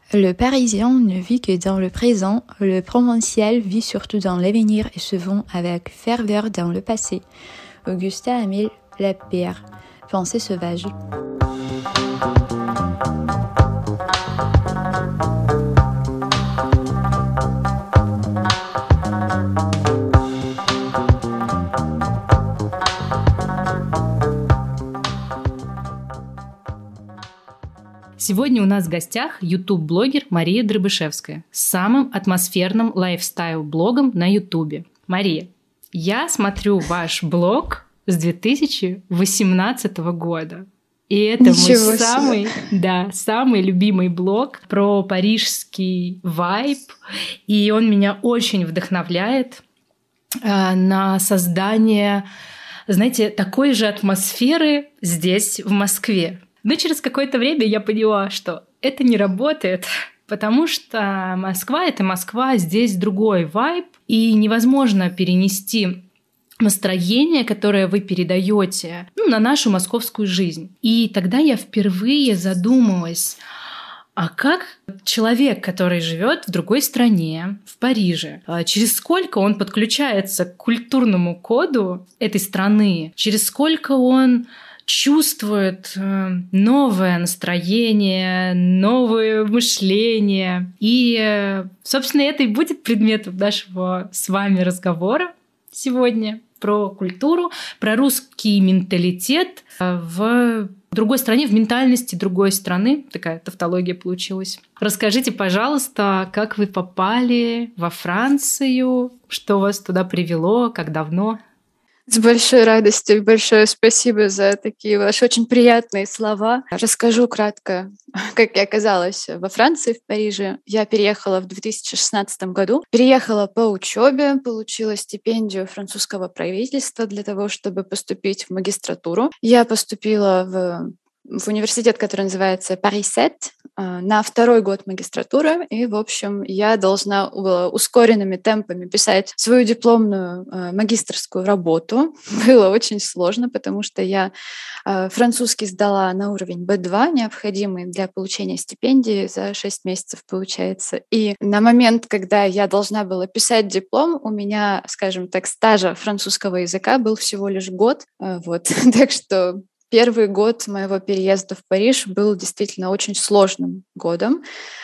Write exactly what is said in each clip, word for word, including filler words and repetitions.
Le Parisien ne vit que dans le présent, le provincial vit surtout dans l'avenir et se vend avec ferveur dans le passé. Augustin-Émile Lapierre, Pensée sauvage. Сегодня у нас в гостях ютуб-блогер Мария Дрыбышевская с самым атмосферным лайфстайл-блогом на ютубе. Мария, я смотрю ваш блог с две тысячи восемнадцатого года. И это Ничего мой самый, да, самый любимый блог про парижский вайб. И он меня очень вдохновляет э, на создание, знаете, такой же атмосферы здесь, в Москве. Но через какое-то время я поняла, что это не работает, потому что Москва — это Москва, здесь другой вайб, и невозможно перенести настроение, которое вы передаете, ну, на нашу московскую жизнь. И тогда я впервые задумалась, а как человек, который живет в другой стране, в Париже, через сколько он подключается к культурному коду этой страны, через сколько он чувствует новое настроение, новое мышление. И, собственно, это и будет предметом нашего с вами разговора сегодня про культуру, про русский менталитет в другой стране, в ментальности другой страны. Такая тавтология получилась. Расскажите, пожалуйста, как вы попали во Францию, что вас туда привело, как давно? С большой радостью. Большое спасибо за такие ваши очень приятные слова. Расскажу кратко, как я оказалась во Франции, в Париже. Я переехала в две тысячи шестнадцатом году. Переехала по учебе, получила стипендию французского правительства для того, чтобы поступить в магистратуру. Я поступила в в университет, который называется Paris семь, на второй год магистратуры. И, в общем, я должна была ускоренными темпами писать свою дипломную магистерскую работу. Было очень сложно, потому что я французский сдала на уровень би два, необходимый для получения стипендии за шесть месяцев, получается. И на момент, когда я должна была писать диплом, у меня, скажем так, стажа французского языка был всего лишь год. Вот. Так что первый год моего переезда в Париж был действительно очень сложным годом,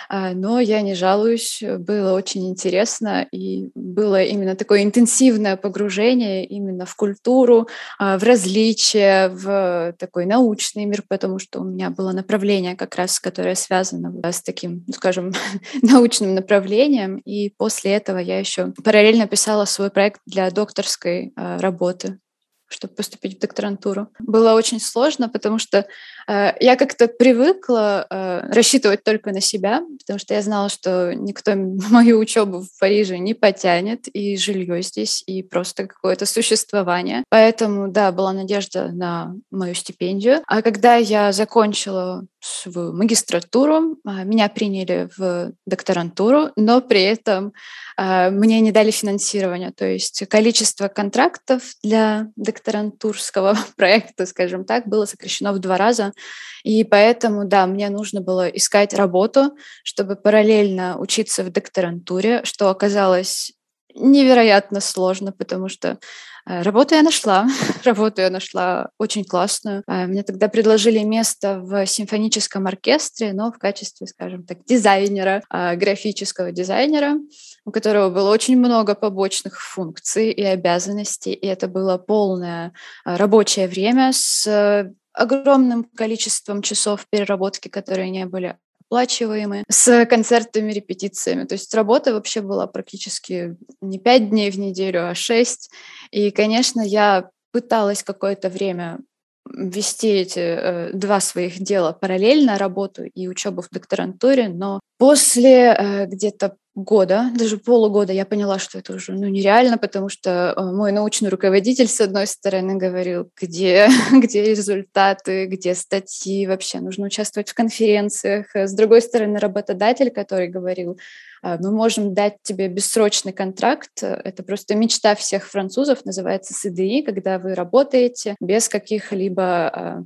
но я не жалуюсь, было очень интересно, и было именно такое интенсивное погружение именно в культуру, в различия, в такой научный мир, потому что у меня было направление как раз, которое связано с таким, скажем, научным направлением, и после этого я еще параллельно писала свой проект для докторской работы, чтобы поступить в докторантуру. Было очень сложно, потому что э, я как-то привыкла э, рассчитывать только на себя, потому что я знала, что никто мою учебу в Париже не потянет, и жилье здесь, и просто какое-то существование. Поэтому, да, была надежда на мою стипендию. А когда я закончила свою магистратуру, э, меня приняли в докторантуру, но при этом э, мне не дали финансирования. То есть количество контрактов для докторантурского проекта, скажем так, было сокращено в два раза. И поэтому, да, мне нужно было искать работу, чтобы параллельно учиться в докторантуре, что оказалось невероятно сложно, потому что работу я нашла. Работу я нашла очень классную. Мне тогда предложили место в симфоническом оркестре, но в качестве, скажем так, дизайнера, графического дизайнера, у которого было очень много побочных функций и обязанностей, и это было полное рабочее время с огромным количеством часов переработки, которые не были оплачиваемы, с концертами, репетициями. То есть работа вообще была практически не пять дней в неделю, а шесть. И, конечно, я пыталась какое-то время вести эти э, два своих дела параллельно, работу и учебу в докторантуре, но после э, где-то года, даже полугода, я поняла, что это уже ну, нереально, потому что мой научный руководитель, с одной стороны, говорил, где, где результаты, где статьи, вообще нужно участвовать в конференциях. С другой стороны, работодатель, который говорил, мы можем дать тебе бессрочный контракт, это просто мечта всех французов, называется си ди и, когда вы работаете без каких-либо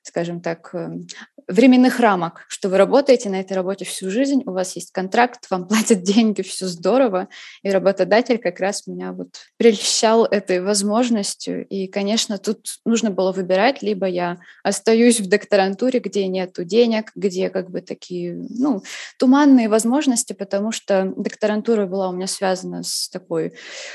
скажем так, временных рамок, что вы работаете на этой работе всю жизнь, у вас есть контракт, вам платят деньги, все здорово, и работодатель как раз меня вот прельщал этой возможностью, и, конечно, тут нужно было выбирать, либо я остаюсь в докторантуре, где нету денег, где как бы такие, ну, туманные возможности, потому что докторантура была у меня связана с такой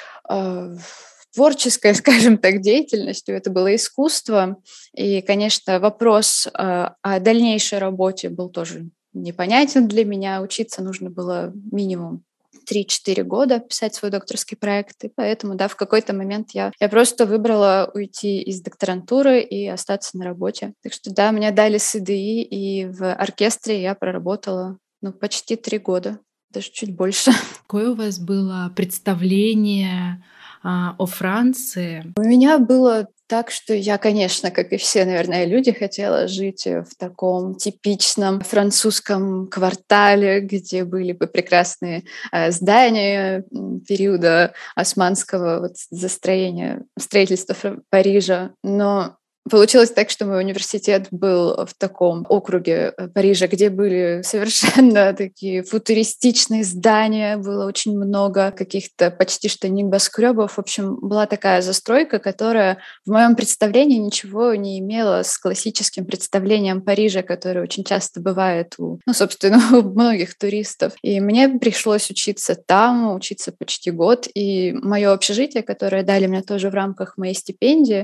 э, творческой, скажем так, деятельностью. Это было искусство. И, конечно, вопрос э, о дальнейшей работе был тоже непонятен для меня. Учиться нужно было минимум три-четыре года, писать свой докторский проект. И поэтому, да, в какой-то момент я, я просто выбрала уйти из докторантуры и остаться на работе. Так что, да, мне дали СДИ, и в оркестре я проработала ну, почти три года, даже чуть больше. Какое у вас было представление а, о Франции? У меня было так, что я, конечно, как и все, наверное, люди, хотела жить в таком типичном французском квартале, где были бы прекрасные э, здания периода османского вот, застроения, строительства Парижа. Но получилось так, что мой университет был в таком округе Парижа, где были совершенно такие футуристичные здания, было очень много каких-то почти что небоскребов. В общем, была такая застройка, которая в моем представлении ничего не имела с классическим представлением Парижа, которое очень часто бывает у, ну, собственно, у многих туристов. И мне пришлось учиться там, учиться почти год. И мое общежитие, которое дали мне тоже в рамках моей стипендии,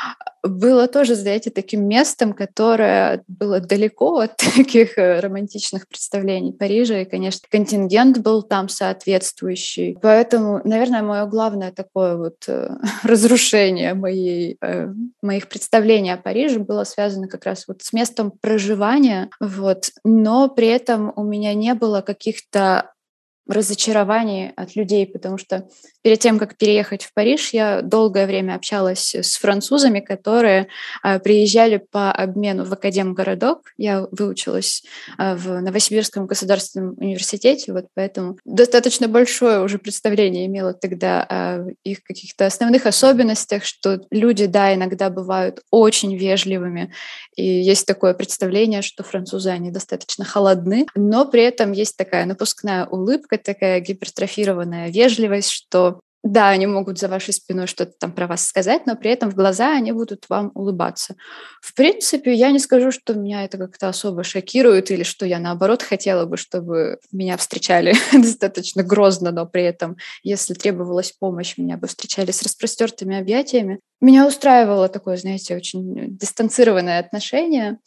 было тоже, знаете, таким местом, которое было далеко от таких романтичных представлений Парижа. И, конечно, контингент был там соответствующий. Поэтому, наверное, мое главное такое вот разрушение моей, моих представлений о Париже было связано как раз вот с местом проживания. Вот. Но при этом у меня не было каких-то разочарований от людей, потому что перед тем, как переехать в Париж, я долгое время общалась с французами, которые э, приезжали по обмену в Академгородок. Я выучилась э, в Новосибирском государственном университете, вот поэтому достаточно большое уже представление имела тогда о их каких-то основных особенностях, что люди, да, иногда бывают очень вежливыми, и есть такое представление, что французы, они достаточно холодны, но при этом есть такая напускная улыбка, такая гипертрофированная вежливость, что да, они могут за вашей спиной что-то там про вас сказать, но при этом в глаза они будут вам улыбаться. В принципе, я не скажу, что меня это как-то особо шокирует или что я, наоборот, хотела бы, чтобы меня встречали достаточно грозно, но при этом, если требовалась помощь, меня бы встречали с распростертыми объятиями. Меня устраивало такое, знаете, очень дистанцированное отношение.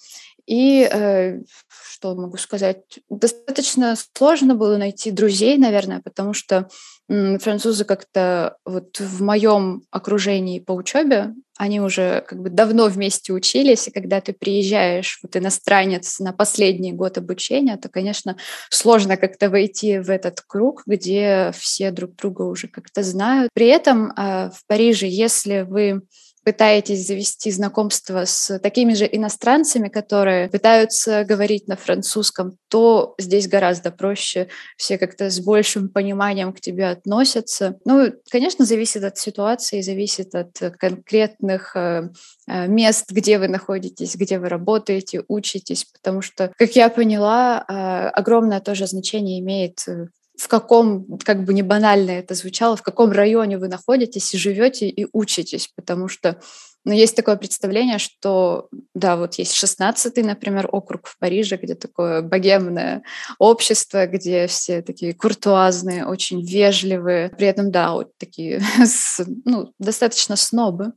И э, что могу сказать? Достаточно сложно было найти друзей, наверное, потому что м, французы как-то вот в моем окружении по учебе, они уже как бы давно вместе учились, и когда ты приезжаешь, вот иностранец на последний год обучения, то, конечно, сложно как-то войти в этот круг, где все друг друга уже как-то знают. При этом э, в Париже, если вы пытаетесь завести знакомство с такими же иностранцами, которые пытаются говорить на французском, то здесь гораздо проще. Все как-то с большим пониманием к тебе относятся. Ну, конечно, зависит от ситуации, зависит от конкретных мест, где вы находитесь, где вы работаете, учитесь, потому что, как я поняла, огромное тоже значение имеет в каком, как бы не банально это звучало, в каком районе вы находитесь и живете и учитесь, потому что ну, есть такое представление, что, да, вот есть шестнадцатый, например, округ в Париже, где такое богемное общество, где все такие куртуазные, очень вежливые, при этом, да, вот такие, ну, достаточно снобы.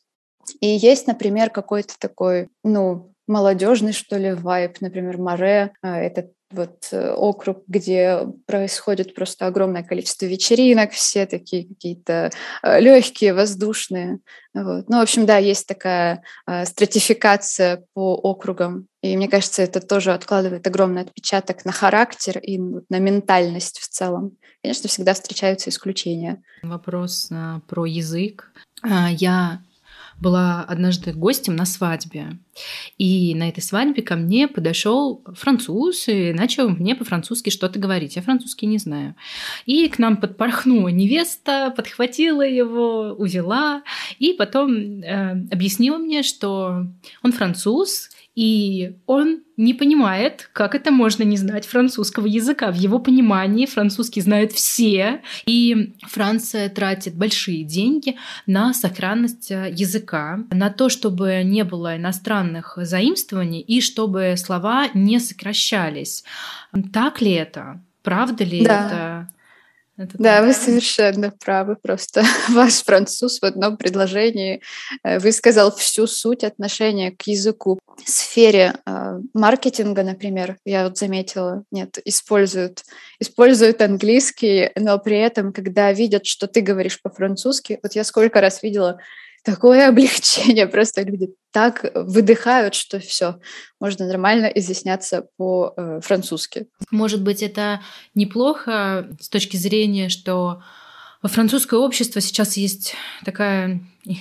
И есть, например, какой-то такой, ну, молодежный, что ли, вайб, например, Море, это вот округ, где происходит просто огромное количество вечеринок, все такие какие-то легкие, воздушные. Вот. Ну, в общем, да, есть такая э, стратификация по округам. И мне кажется, это тоже откладывает огромный отпечаток на характер и на ментальность в целом. Конечно, всегда встречаются исключения. Вопрос а, про язык. А, я была однажды гостем на свадьбе. И на этой свадьбе ко мне подошел француз и начал мне по-французски что-то говорить. Я французский не знаю. И к нам подпорхнула невеста, подхватила его, увела, и потом э, объяснила мне, что он француз, И он не понимает, как это можно не знать французского языка. В его понимании французский знают все, и Франция тратит большие деньги на сохранность языка, на то, чтобы не было иностранных заимствований и чтобы слова не сокращались. Так ли это? Правда ли Да. это? Это Да, так? вы совершенно правы. Просто ваш француз в одном предложении э, высказал всю суть отношения к языку. В сфере э, маркетинга, например, я вот заметила, нет, используют, используют английский, но при этом, когда видят, что ты говоришь по-французски, вот я сколько раз видела такое облегчение, просто люди так выдыхают, что все, можно нормально изъясняться по-французски. Может быть, это неплохо с точки зрения, что во французское общество сейчас есть такая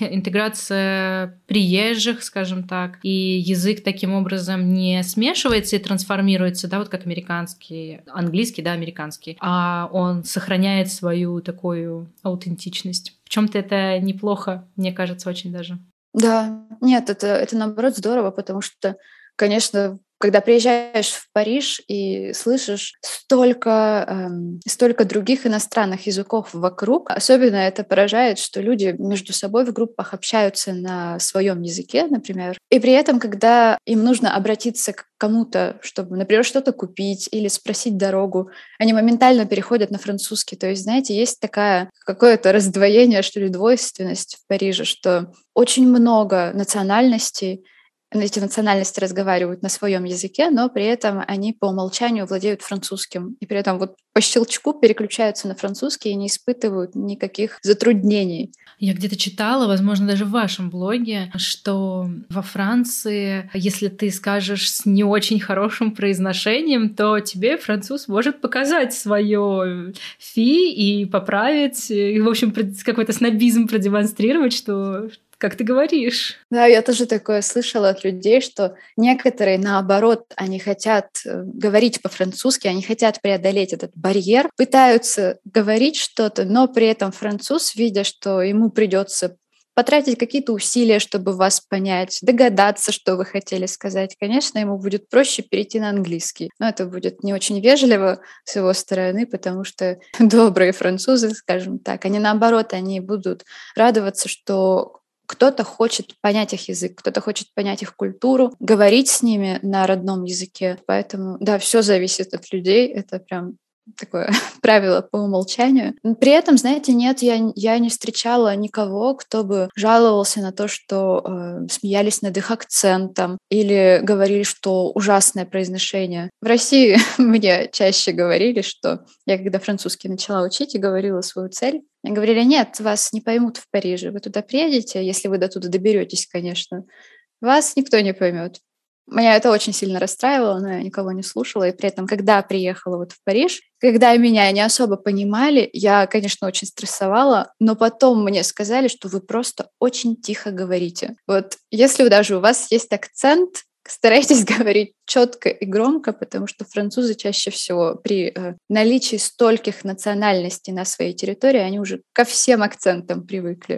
интеграция приезжих, скажем так, и язык таким образом не смешивается и трансформируется, да, вот как американский, английский, да, американский, а он сохраняет свою такую аутентичность. В чем-то это неплохо, мне кажется, очень даже. Да, нет, это, это наоборот здорово, потому что, конечно, когда приезжаешь в Париж и слышишь столько, эм, столько других иностранных языков вокруг, особенно это поражает, что люди между собой в группах общаются на своем языке, например, и при этом, когда им нужно обратиться к кому-то, чтобы, например, что-то купить или спросить дорогу, они моментально переходят на французский. То есть, знаете, есть такая какое-то раздвоение, что ли, двойственность в Париже, что очень много национальностей, эти национальности разговаривают на своем языке, но при этом они по умолчанию владеют французским. И при этом вот по щелчку переключаются на французский и не испытывают никаких затруднений. Я где-то читала, возможно, даже в вашем блоге, что во Франции, если ты скажешь с не очень хорошим произношением, то тебе француз может показать свое фи и поправить, и, в общем, какой-то снобизм продемонстрировать, что как ты говоришь. Да, я тоже такое слышала от людей, что некоторые, наоборот, они хотят говорить по-французски, они хотят преодолеть этот барьер, пытаются говорить что-то, но при этом француз, видя, что ему придется потратить какие-то усилия, чтобы вас понять, догадаться, что вы хотели сказать. Конечно, ему будет проще перейти на английский. Но это будет не очень вежливо с его стороны, потому что добрые французы, скажем так, они наоборот, они будут радоваться, что кто-то хочет понять их язык, кто-то хочет понять их культуру, говорить с ними на родном языке. Поэтому, да, все зависит от людей. Это прям такое правило по умолчанию. При этом, знаете, нет, я, я не встречала никого, кто бы жаловался на то, что э, смеялись над их акцентом или говорили, что ужасное произношение. В России мне чаще говорили, что я когда французский начала учить и говорила свою цель, мне говорили: нет, вас не поймут в Париже. Вы туда приедете, если вы до туда доберетесь, конечно. Вас никто не поймет. Меня это очень сильно расстраивало, но я никого не слушала. И при этом, когда приехала вот в Париж, когда меня не особо понимали, я, конечно, очень стрессовала, но потом мне сказали, что вы просто очень тихо говорите. Вот если даже у вас есть акцент, старайтесь говорить четко и громко, потому что французы чаще всего при э, наличии стольких национальностей на своей территории, они уже ко всем акцентам привыкли.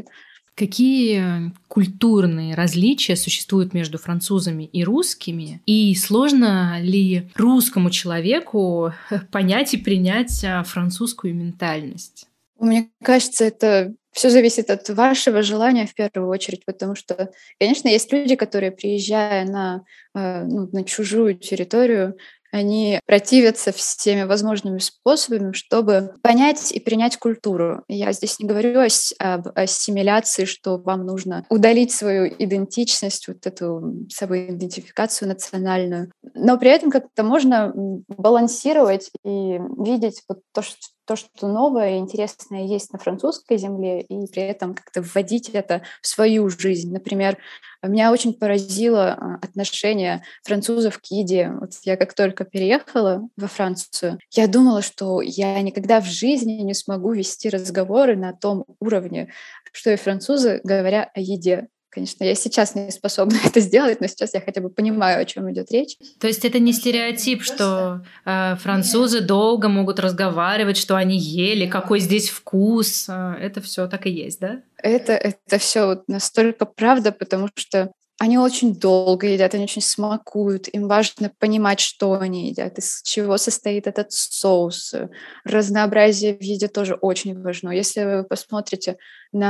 Какие культурные различия существуют между французами и русскими? И сложно ли русскому человеку понять и принять французскую ментальность? Мне кажется, это все зависит от вашего желания в первую очередь, потому что, конечно, есть люди, которые, приезжая на, э, ну, на чужую территорию, они противятся всеми возможными способами, чтобы понять и принять культуру. Я здесь не говорю о, об ассимиляции, что вам нужно удалить свою идентичность, вот эту самоидентификацию национальную. Но при этом как-то можно балансировать и видеть вот то, что то, что новое и интересное есть на французской земле, и при этом как-то вводить это в свою жизнь. Например, меня очень поразило отношение французов к еде. Вот я как только переехала во Францию, я думала, что я никогда в жизни не смогу вести разговоры на том уровне, что и французы, говоря о еде. Конечно, я сейчас не способна это сделать, но сейчас я хотя бы понимаю, о чем идет речь. То есть это не стереотип, что э, французы долго могут разговаривать, что они ели, какой здесь вкус. Это все так и есть, да? Это, это все вот настолько правда, потому что Они очень долго едят, они очень смакуют. Им важно понимать, что они едят, из чего состоит этот соус. Разнообразие в еде тоже очень важно. Если вы посмотрите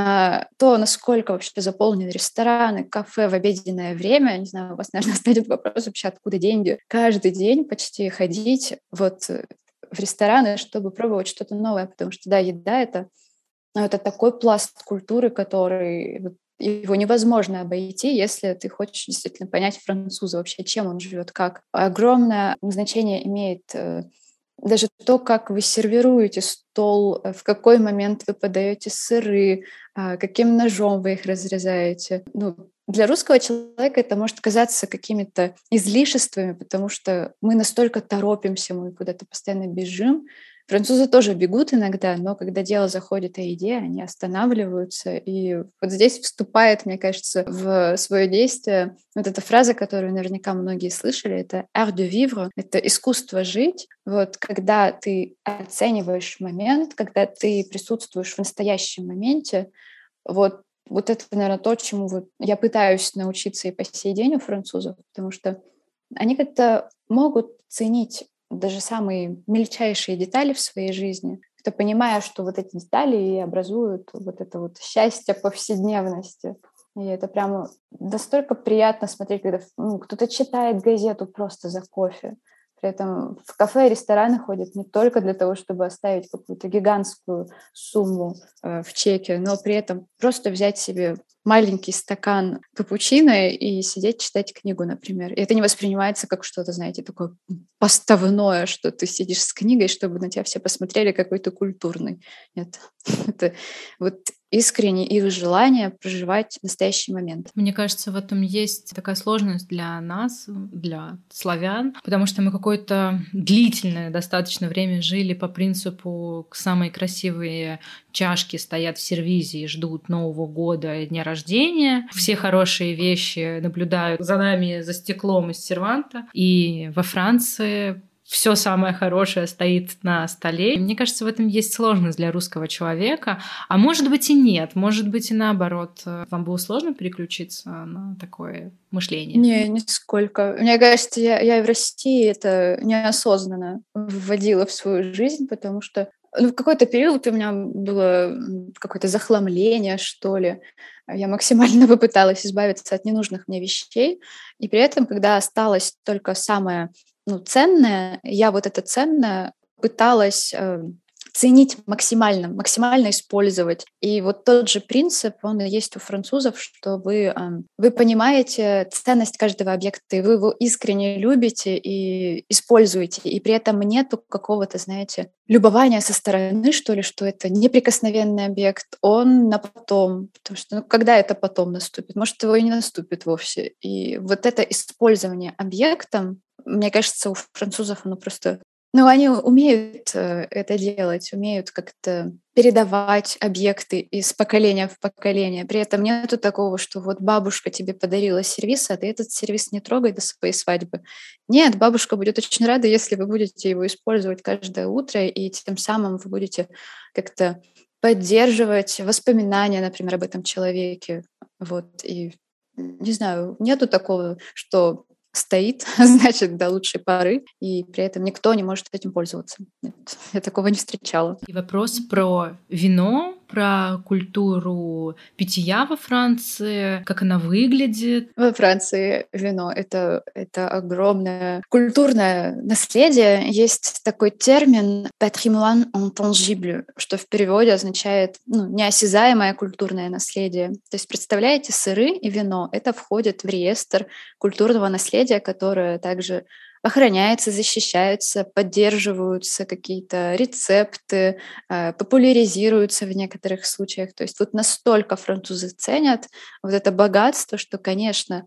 на то, насколько вообще заполнены рестораны, кафе в обеденное время, не знаю, у вас, наверное, станет вопрос вообще, откуда деньги. Каждый день почти ходить вот в рестораны, чтобы пробовать что-то новое, потому что, да, еда — это, ну, это такой пласт культуры, который вот его невозможно обойти, если ты хочешь действительно понять француза вообще, чем он живет, как. Огромное значение имеет э, даже то, как вы сервируете стол, э, в какой момент вы подаете сыры, а, каким ножом вы их разрезаете. Ну, для русского человека это может казаться какими-то излишествами, потому что мы настолько торопимся, мы куда-то постоянно бежим. Французы тоже бегут иногда, но когда дело заходит о еде, они останавливаются. И вот здесь вступает, мне кажется, в свое действие вот эта фраза, которую наверняка многие слышали, это «art de vivre», это искусство жить. Вот когда ты оцениваешь момент, когда ты присутствуешь в настоящем моменте, вот, вот это, наверное, то, чему вот я пытаюсь научиться и по сей день у французов, потому что они как-то могут ценить даже самые мельчайшие детали в своей жизни, то понимая, что вот эти детали и образуют вот это вот счастье повседневности. И это прямо настолько приятно смотреть, когда ну, кто-то читает газету просто за кофе. При этом в кафе и рестораны ходят не только для того, чтобы оставить какую-то гигантскую сумму э, в чеке, но при этом просто взять себе маленький стакан капучино и сидеть читать книгу, например. И это не воспринимается как что-то, знаете, такое поставное, что ты сидишь с книгой, чтобы на тебя все посмотрели, какой ты культурный. Нет, это вот искренне их желание проживать настоящий момент. Мне кажется, в этом есть такая сложность для нас, для славян, потому что мы какое-то длительное достаточно время жили по принципу самые красивые чашки стоят в сервизе и ждут Нового года и дня рождения. Все хорошие вещи наблюдают за нами за стеклом из серванта. И во Франции все самое хорошее стоит на столе. Мне кажется, в этом есть сложность для русского человека. А может быть и нет. Может быть и наоборот. Вам было сложно переключиться на такое мышление? Не, нисколько. Мне кажется, я, я и в России это неосознанно вводила в свою жизнь, потому что ну, в какой-то период у меня было какое-то захламление, что ли. Я максимально попыталась избавиться от ненужных мне вещей. И при этом, когда осталось только самое ну, ценное, я вот это ценное пыталась э, ценить максимально, максимально использовать. И вот тот же принцип, он и есть у французов, что вы, э, вы понимаете ценность каждого объекта, и вы его искренне любите и используете. И при этом нету какого-то, знаете, любования со стороны, что ли, что это неприкосновенный объект, он на потом. Потому что ну, когда это потом наступит? Может, его и не наступит вовсе. И вот это использование объектом, мне кажется, у французов оно просто... Ну, они умеют э, это делать, умеют как-то передавать объекты из поколения в поколение. При этом нету такого, что вот бабушка тебе подарила сервиз, а ты этот сервиз не трогай до своей свадьбы. Нет, бабушка будет очень рада, если вы будете его использовать каждое утро, и тем самым вы будете как-то поддерживать воспоминания, например, об этом человеке. Вот, и не знаю, нету такого, что стоит, значит, до лучшей поры, и при этом никто не может этим пользоваться. Нет, я такого не встречала. И вопрос про вино, про культуру питья во Франции, как она выглядит. Во Франции вино — это, это огромное культурное наследие. Есть такой термин «patrimoine intangible», что в переводе означает ну, неосязаемое культурное наследие. То есть, представляете, сыры и вино — это входит в реестр культурного наследия, которое также охраняется, защищается, поддерживаются какие-то рецепты, э, популяризируются в некоторых случаях. То есть вот настолько французы ценят вот это богатство, что, конечно,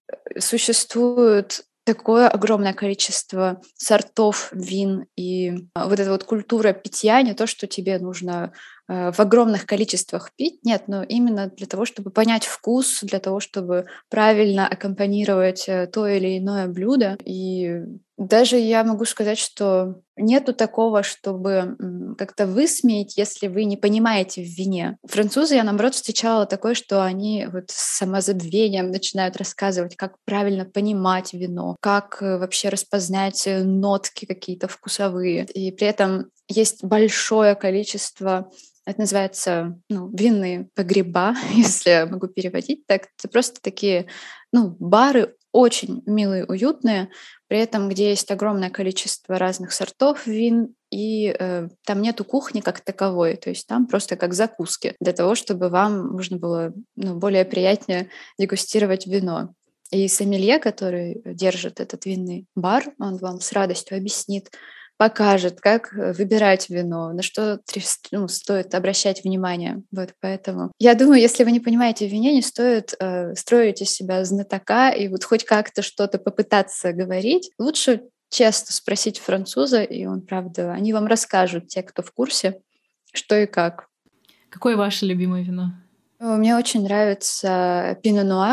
существует такое огромное количество сортов вин, и вот эта вот культура питья, не то, что тебе нужно э, в огромных количествах пить, нет, но именно для того, чтобы понять вкус, для того, чтобы правильно аккомпанировать э, то или иное блюдо. И даже я могу сказать, что нету такого, чтобы м, как-то высмеять, если вы не понимаете в вине. Французы, я наоборот встречала такое, что они вот с самозабвением начинают рассказывать, как правильно понимать вино, как э, вообще распознать э, нотки какие-то вкусовые. И при этом есть большое количество, это называется, ну, винные погреба, если я могу переводить так. Это просто такие, ну, бары очень милые, уютные, при этом где есть огромное количество разных сортов вин, и э, там нету кухни как таковой, то есть там просто как закуски для того, чтобы вам можно было, ну, более приятнее дегустировать вино. И сомелье, который держит этот винный бар, он вам с радостью объяснит, покажет, как э, выбирать вино, на что трес- ну, стоит обращать внимание. Вот поэтому я думаю, если вы не понимаете в вине, не стоит э, строить из себя знатока и вот хоть как-то что-то попытаться говорить. Лучше честно спросить француза, и он, правда, они вам расскажут, те, кто в курсе, что и как. Какое ваше любимое вино? Э, Мне очень нравится пино нуар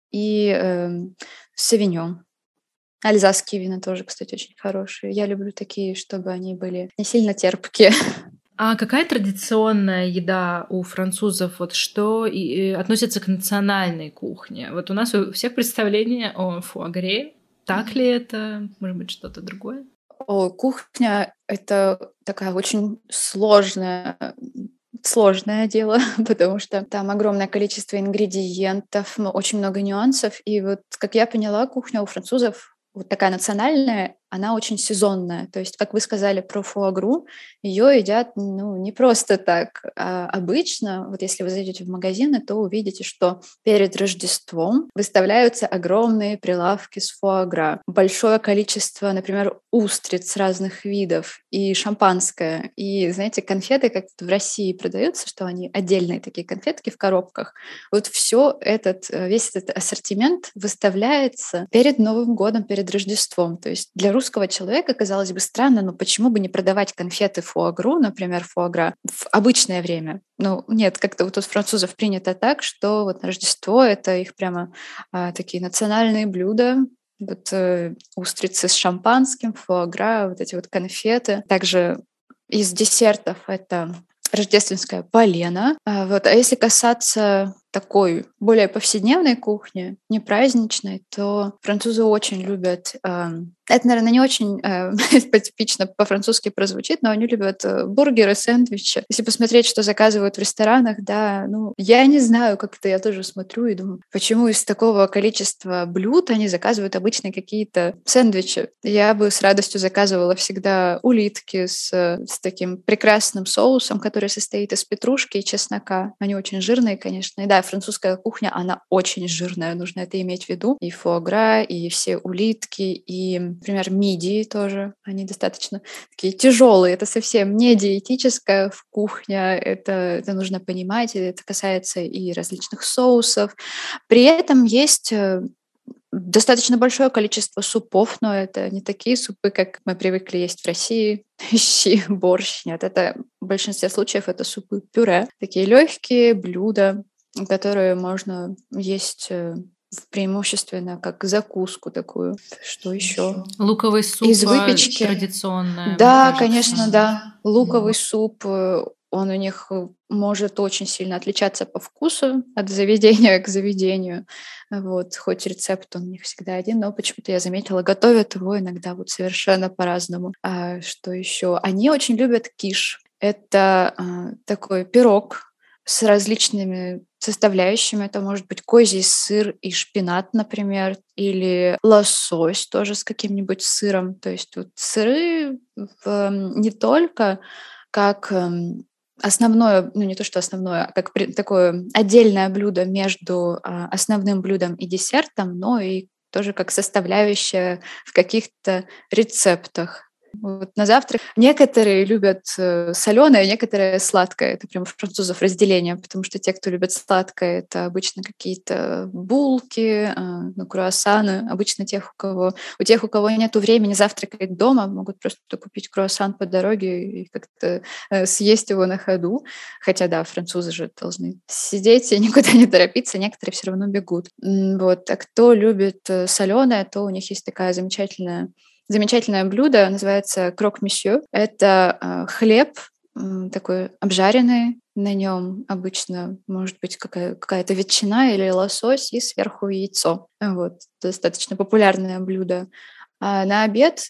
и эм, савиньон. Альзасские вина тоже, кстати, очень хорошие. Я люблю такие, чтобы они были не сильно терпкие. А какая традиционная еда у французов, вот что и, и относится к национальной кухне? Вот у нас у всех представление о фуагре. Так ли это? Может быть, что-то другое? О, кухня — это такая очень сложная сложное дело, потому что там огромное количество ингредиентов, м, очень много нюансов. И вот, как я поняла, кухня у французов вот такая национальная, она очень сезонная. То есть, как вы сказали про фуагру, ее едят, ну, не просто так. А обычно, вот если вы зайдете в магазины, то увидите, что перед Рождеством выставляются огромные прилавки с фуагра. Большое количество, например, устриц разных видов и шампанское. И, знаете, конфеты, как в России продаются, что они отдельные такие конфетки в коробках. Вот все этот, э, весь этот ассортимент выставляется перед Новым годом, перед Рождеством. То есть для русского человека, казалось бы, странно, но почему бы не продавать конфеты фуагру, например, фуагра, в обычное время? Ну, нет, как-то вот у французов принято так, что вот на Рождество это их прямо а, такие национальные блюда, вот э, устрицы с шампанским, фуагра, вот эти вот конфеты. Также из десертов это рождественская полена. А, вот. А если касаться такой более повседневной кухни, не праздничной, то французы очень любят... эм, это, наверное, не очень э, типично по-французски прозвучит, но они любят э, бургеры, сэндвичи. Если посмотреть, что заказывают в ресторанах, да, ну, я не знаю, как-то я тоже смотрю и думаю, почему из такого количества блюд они заказывают обычно какие-то сэндвичи. Я бы с радостью заказывала всегда улитки с, с таким прекрасным соусом, который состоит из петрушки и чеснока. Они очень жирные, конечно. И да, французская кухня, она очень жирная, нужно это иметь в виду. И фуагра, и все улитки, и, например, мидии тоже. Они достаточно такие тяжелые. Это совсем не диетическая кухня. Это, это нужно понимать. И это касается и различных соусов. При этом есть э, достаточно большое количество супов, но это не такие супы, как мы привыкли есть в России. Щи, борщ. Нет, это в большинстве случаев это супы-пюре. Такие легкие блюда, которые можно есть э, в- преимущественно как закуску такую. Что еще? Луковый суп Из э, выпечки. традиционная, мне Да, кажется. конечно, да. Луковый суп, э, он у них э, может очень сильно отличаться по вкусу от заведения к заведению. Вот, хоть рецепт он у них всегда один, но почему-то я заметила, готовят его иногда вот совершенно по-разному. А что еще? Они очень любят киш. Это а, такой пирог с различными составляющими. Это может быть козий сыр и шпинат, например, или лосось тоже с каким-нибудь сыром. То есть вот сыры в, м, не только как эм, основное, ну не то что основное, а как при- такое отдельное блюдо между а, основным блюдом и десертом, но и тоже как составляющая в каких-то рецептах. Вот на завтрак. Некоторые любят соленое, некоторые сладкое. Это прям у французов разделение, потому что те, кто любят сладкое, это обычно какие-то булки, ну, круассаны. Обычно тех, у кого, у тех, у кого нет времени завтракать дома, могут просто купить круассан по дороге и как-то съесть его на ходу. Хотя, да, французы же должны сидеть и никуда не торопиться, некоторые все равно бегут. Вот. А кто любит соленое, то у них есть такая замечательная Замечательное блюдо, называется крок-мисьё. Это э, хлеб м, такой обжаренный, на нем обычно может быть какая- какая-то ветчина или лосось, и сверху яйцо. Вот. Достаточно популярное блюдо. А на обед,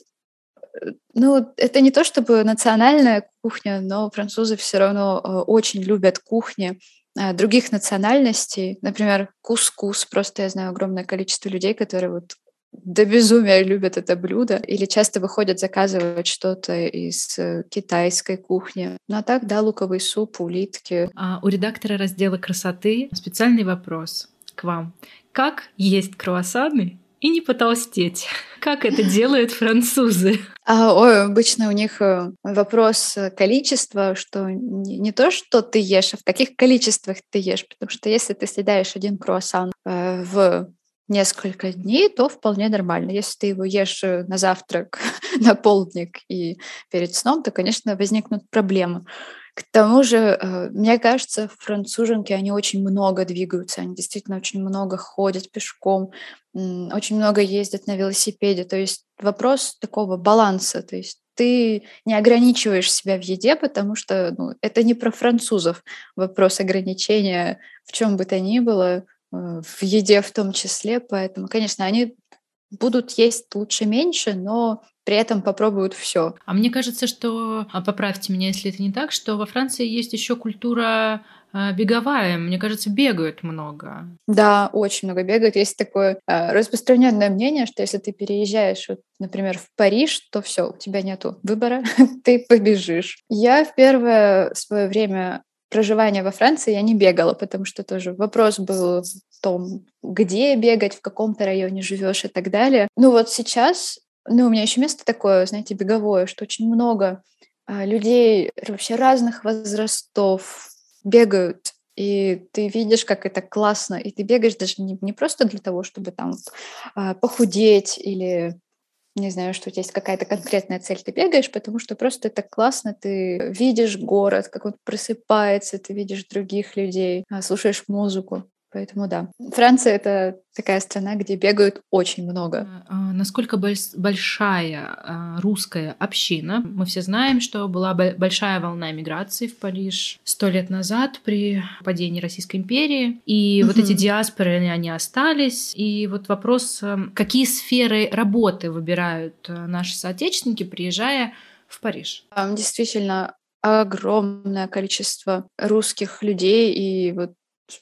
э, ну, это не то чтобы национальная кухня, но французы все равно э, очень любят кухни э, других национальностей. Например, кускус. Просто я знаю огромное количество людей, которые вот до безумия любят это блюдо или часто выходят заказывать что-то из э, китайской кухни. Ну а так, да, луковый суп, улитки. А у редактора раздела красоты специальный вопрос к вам. Как есть круассаны и не потолстеть? Как это делают французы? А, ой, обычно у них э, вопрос э, количества, что не, не то, что ты ешь, а в каких количествах ты ешь. Потому что если ты съедаешь один круассан э, в несколько дней, то вполне нормально. Если ты его ешь э, на завтрак, на полдник и перед сном, то, конечно, возникнут проблемы. К тому же, э, мне кажется, француженки, они очень много двигаются, они действительно очень много ходят пешком, м, очень много ездят на велосипеде. То есть вопрос такого баланса. То есть ты не ограничиваешь себя в еде, потому что ну, это не про французов вопрос ограничения в чем бы то ни было, э, в еде в том числе. Поэтому, конечно, они будут есть лучше меньше, но при этом попробуют все. А мне кажется, что, а поправьте меня, если это не так, что во Франции есть еще культура а, беговая. Мне кажется, бегают много. Да, очень много бегают. Есть такое э, распространенное мнение, что если ты переезжаешь, вот, например, в Париж, то все, у тебя нету выбора, ты побежишь. Я в первое свое время проживания во Франции я не бегала, потому что тоже вопрос был в том, где бегать, в каком ты районе живешь и так далее. Ну вот сейчас, ну у меня еще место такое, знаете, беговое, что очень много а, людей вообще разных возрастов бегают, и ты видишь, как это классно, и ты бегаешь даже не, не просто для того, чтобы там а, похудеть или не знаю, что у тебя есть какая-то конкретная цель, ты бегаешь, потому что просто это классно, ты видишь город, как он просыпается, ты видишь других людей, а, слушаешь музыку. Поэтому да. Франция — это такая страна, где бегают очень много. А, Насколько больс- большая а, русская община? Мы все знаем, что была бо- большая волна миграции в Париж сто лет назад при падении Российской империи. И вот эти Мгм. диаспоры, они они остались. И вот вопрос, а, какие сферы работы выбирают а, наши соотечественники, приезжая в Париж? Там действительно огромное количество русских людей, и вот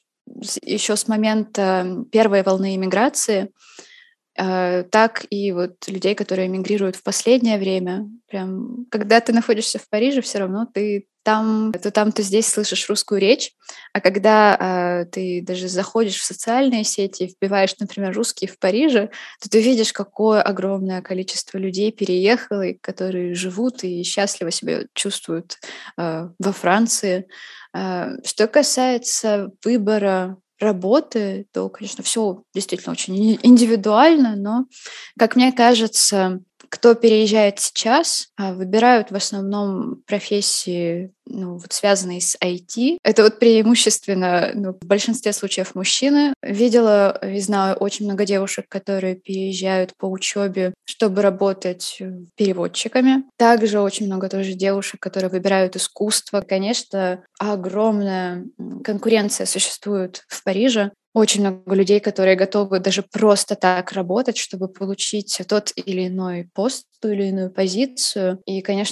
еще с момента первой волны иммиграции, э, так и вот людей, которые эмигрируют в последнее время. Прям, когда ты находишься в Париже, все равно ты там, то там, то здесь слышишь русскую речь, а когда э, ты даже заходишь в социальные сети и вбиваешь, например, русские в Париже, то ты видишь, какое огромное количество людей переехало, и которые живут и счастливо себя чувствуют э, во Франции. Э, Что касается выбора работы, то, конечно, все действительно очень и- индивидуально, но, как мне кажется, кто переезжает сейчас, а, выбирают в основном профессии, ну, вот связанные с I T. Это вот преимущественно, ну, в большинстве случаев мужчины. Видела и знаю очень много девушек, которые переезжают по учебе, чтобы работать э, переводчиками. Также очень много тоже девушек, которые выбирают искусство. Конечно, огромная м, конкуренция существует в Париже. Очень много людей, которые готовы даже просто так работать, чтобы получить тот или иной пост, ту или иную позицию. И, конечно,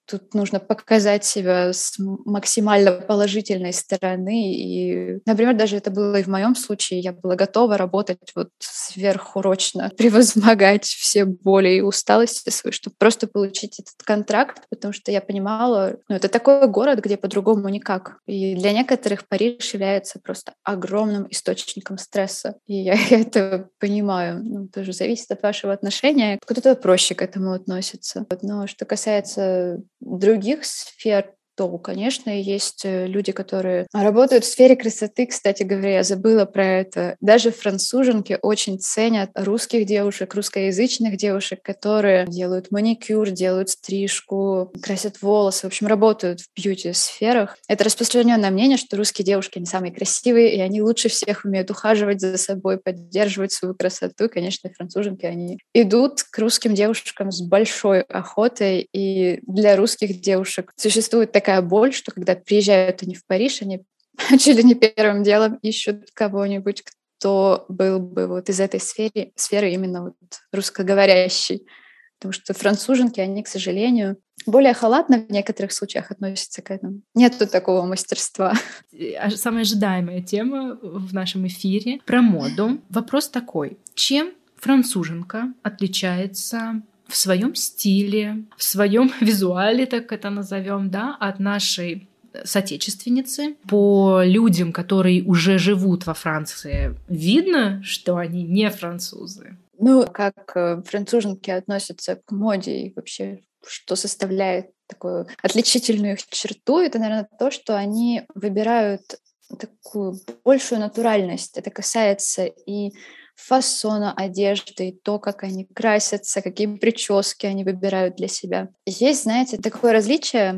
Тут нужно показать себя с максимально положительной стороны. И, например, даже это было и в моем случае. Я была готова работать вот сверхурочно, превозмогать все боли и усталости свои, чтобы просто получить этот контракт, потому что я понимала, ну, это такой город, где по-другому никак. И для некоторых Париж является просто огромным источником стресса. И я это понимаю. Ну, тоже зависит от вашего отношения. Кто-то проще к этому относится. Но что касается других сфер, то, конечно, есть люди, которые работают в сфере красоты. Кстати говоря, я забыла про это. Даже француженки очень ценят русских девушек, русскоязычных девушек, которые делают маникюр, делают стрижку, красят волосы, в общем, работают в бьюти-сферах. Это распространенное мнение, что русские девушки, они самые красивые, и они лучше всех умеют ухаживать за собой, поддерживать свою красоту. И, конечно, француженки, они идут к русским девушкам с большой охотой, и для русских девушек существует такая такая боль, что когда приезжают они в Париж, они чуть ли не первым делом ищут кого-нибудь, кто был бы вот из этой сферы, сферы именно вот русскоговорящей. Потому что француженки, они, к сожалению, более халатно в некоторых случаях относятся к этому. Нету такого мастерства. Самая ожидаемая тема в нашем эфире про моду. Вопрос такой. Чем француженка отличается в своем стиле, в своем визуале, так это назовем, да, от нашей соотечественницы? По людям, которые уже живут во Франции, видно, что они не французы? Ну, как француженки относятся к моде и вообще, что составляет такую отличительную их черту, это, наверное, то, что они выбирают такую большую натуральность. Это касается и фасона одежды, и то, как они красятся, какие прически они выбирают для себя. Есть, знаете, такое различие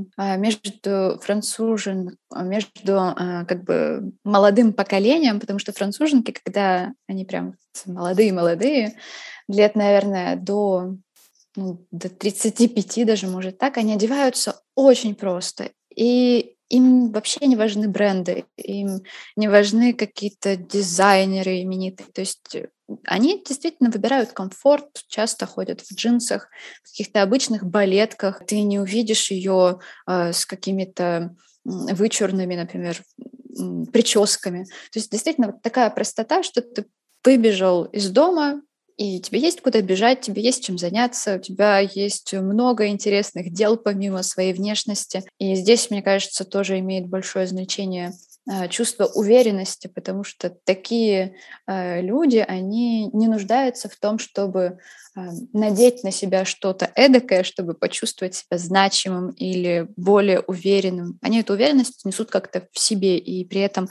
между францужен, между как бы молодым поколением, потому что француженки, когда они прям молодые-молодые, лет, наверное, до, ну, до тридцати пяти даже, может так, они одеваются очень просто. И им вообще не важны бренды, им не важны какие-то дизайнеры именитые. То есть они действительно выбирают комфорт, часто ходят в джинсах, в каких-то обычных балетках. Ты не увидишь ее э, с какими-то вычурными, например, прическами. То есть действительно вот такая простота, что ты выбежал из дома, и тебе есть куда бежать, тебе есть чем заняться, у тебя есть много интересных дел помимо своей внешности. И здесь, мне кажется, тоже имеет большое значение э, чувство уверенности, потому что такие э, люди, они не нуждаются в том, чтобы э, надеть на себя что-то эдакое, чтобы почувствовать себя значимым или более уверенным. Они эту уверенность несут как-то в себе, и при этом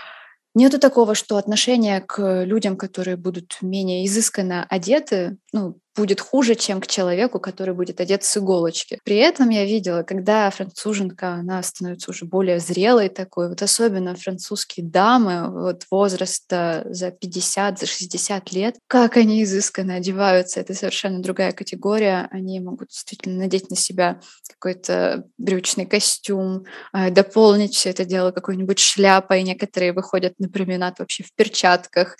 нету такого, что отношение к людям, которые будут менее изысканно одеты, ну, будет хуже, чем к человеку, который будет одет с иголочки. При этом я видела, когда француженка, она становится уже более зрелой такой, вот особенно французские дамы вот возраста за пятьдесят, за шестьдесят лет, как они изысканно одеваются, это совершенно другая категория. Они могут действительно надеть на себя какой-то брючный костюм, дополнить все это дело какой-нибудь шляпой. Некоторые выходят на променад вообще в перчатках.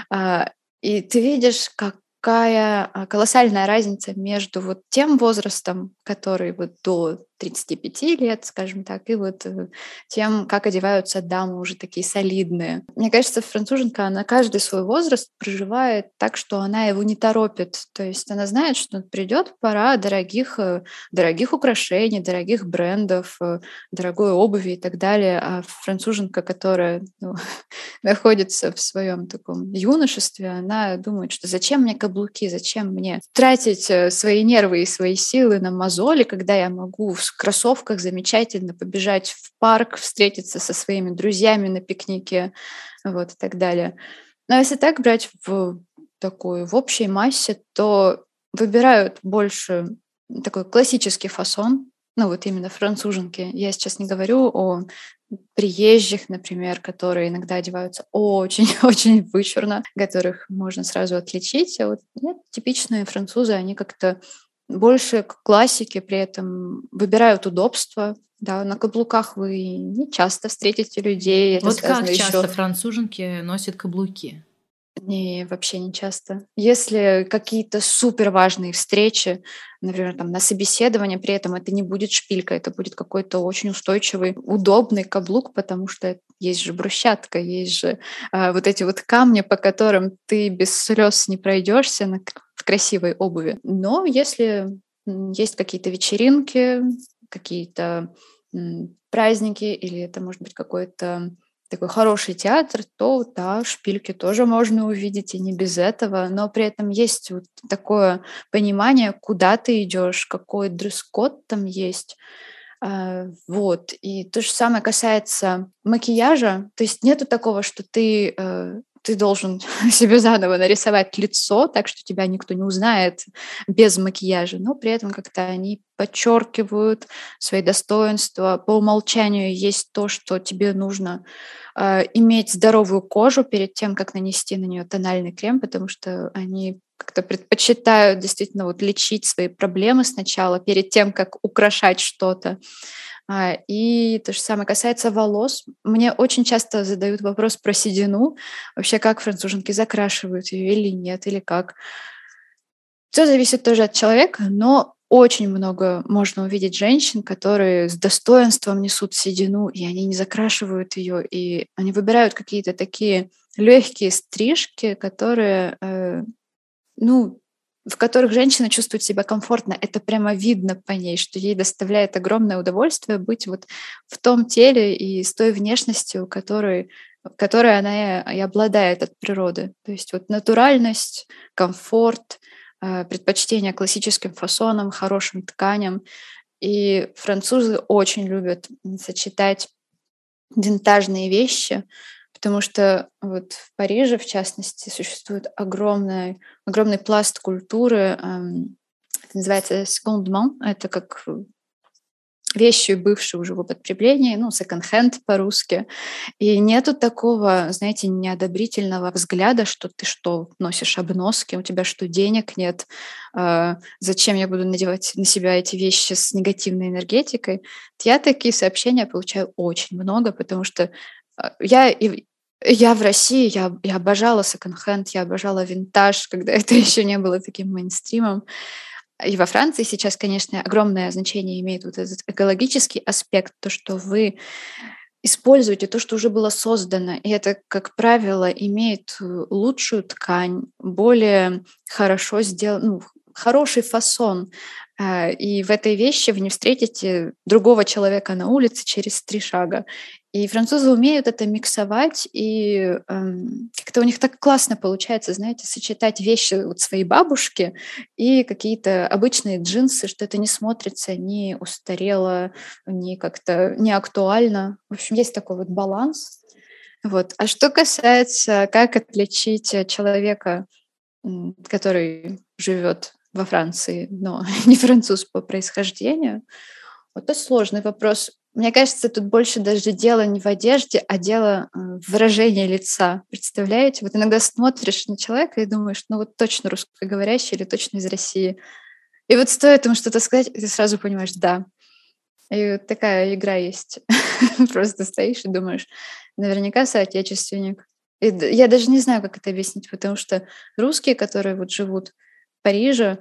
И ты видишь, как какая колоссальная разница между вот тем возрастом, который вот до тридцати пяти лет, скажем так, и вот тем, как одеваются дамы уже такие солидные. Мне кажется, француженка, она каждый свой возраст проживает так, что она его не торопит. То есть она знает, что придет пора дорогих, дорогих украшений, дорогих брендов, дорогой обуви и так далее. А француженка, которая ну, находится в своем таком юношестве, она думает, что зачем мне каблуки, зачем мне тратить свои нервы и свои силы на мозоли, когда я могу в кроссовках замечательно побежать в парк, встретиться со своими друзьями на пикнике, вот и так далее. Но если так брать в такой в общей массе, то выбирают больше такой классический фасон, ну вот именно француженки. Я сейчас не говорю о приезжих, например, которые иногда одеваются очень-очень вычурно, которых можно сразу отличить. А вот нет, типичные французы, они как-то больше к классике, при этом выбирают удобство. Да, на каблуках вы не часто встретите людей. Вот как часто еще... француженки носят каблуки? Не, вообще не часто. Если какие-то супер важные встречи, например, там на собеседование, при этом это не будет шпилька, это будет какой-то очень устойчивый, удобный каблук, потому что есть же брусчатка, есть же а, вот эти вот камни, по которым ты без слез не пройдешься на, к- в красивой обуви. Но если м, есть какие-то вечеринки, какие-то м, праздники, или это может быть какой-то такой хороший театр, то да, шпильки тоже можно увидеть, и не без этого. Но при этом есть вот такое понимание, куда ты идешь, какой дресс-код там есть. А, Вот. И то же самое касается макияжа. То есть нету такого, что ты, э, ты должен себе заново нарисовать лицо, так что тебя никто не узнает без макияжа. Но при этом как-то они подчеркивают свои достоинства. По умолчанию есть то, что тебе нужно а, иметь здоровую кожу перед тем, как нанести на нее тональный крем, потому что они как-то предпочитают действительно вот лечить свои проблемы сначала, перед тем, как украшать что-то. А, И то же самое касается волос. Мне очень часто задают вопрос про седину. Вообще, как француженки закрашивают ее или нет, или как. Все зависит тоже от человека, но очень много можно увидеть женщин, которые с достоинством несут седину, и они не закрашивают ее, и они выбирают какие-то такие легкие стрижки, которые, э, ну, в которых женщина чувствует себя комфортно. Это прямо видно по ней, что ей доставляет огромное удовольствие быть вот в том теле и с той внешностью, которой, которой она и и обладает от природы. То есть вот натуральность, комфорт, э, предпочтение классическим фасонам, хорошим тканям. И французы очень любят м, сочетать винтажные вещи, потому что вот в Париже, в частности, существует огромный, огромный пласт культуры, ам, это называется secondement, это как э, вещи, бывшие уже в употреблении, ну, секонд-хенд по-русски. И нету такого, знаете, неодобрительного взгляда, что ты что, носишь обноски, у тебя что, денег нет, а, зачем я буду надевать на себя эти вещи с негативной энергетикой. Я такие сообщения получаю очень много, потому что а, я и я в России, я, я обожала секонд-хенд, я обожала винтаж, когда это еще не было таким мейнстримом. И во Франции сейчас, конечно, огромное значение имеет вот этот экологический аспект, то, что вы используете то, что уже было создано. И это, как правило, имеет э, лучшую ткань, более хорошо сделан, ну, хороший фасон. А, И в этой вещи вы не встретите другого человека на улице через три шага. И французы умеют это миксовать, и эм, как-то у них так классно получается, знаете, сочетать вещи вот своей бабушки и какие-то обычные джинсы, что это не смотрится ни устарело, ни как-то не актуально. В общем, есть такой вот баланс. Вот. А что касается, как отличить э, человека, м, который живет во Франции, но не француз по происхождению, вот это сложный вопрос. Мне кажется, тут больше даже дело не в одежде, а дело э, в выражении лица. Представляете? Вот иногда смотришь на человека и думаешь, ну вот точно русскоговорящий или точно из России. И вот стоит ему что-то сказать, и ты сразу понимаешь, да. И вот такая игра есть. Просто стоишь и думаешь, наверняка соотечественник. И д- я даже не знаю, как это объяснить, потому что русские, которые вот живут в Париже,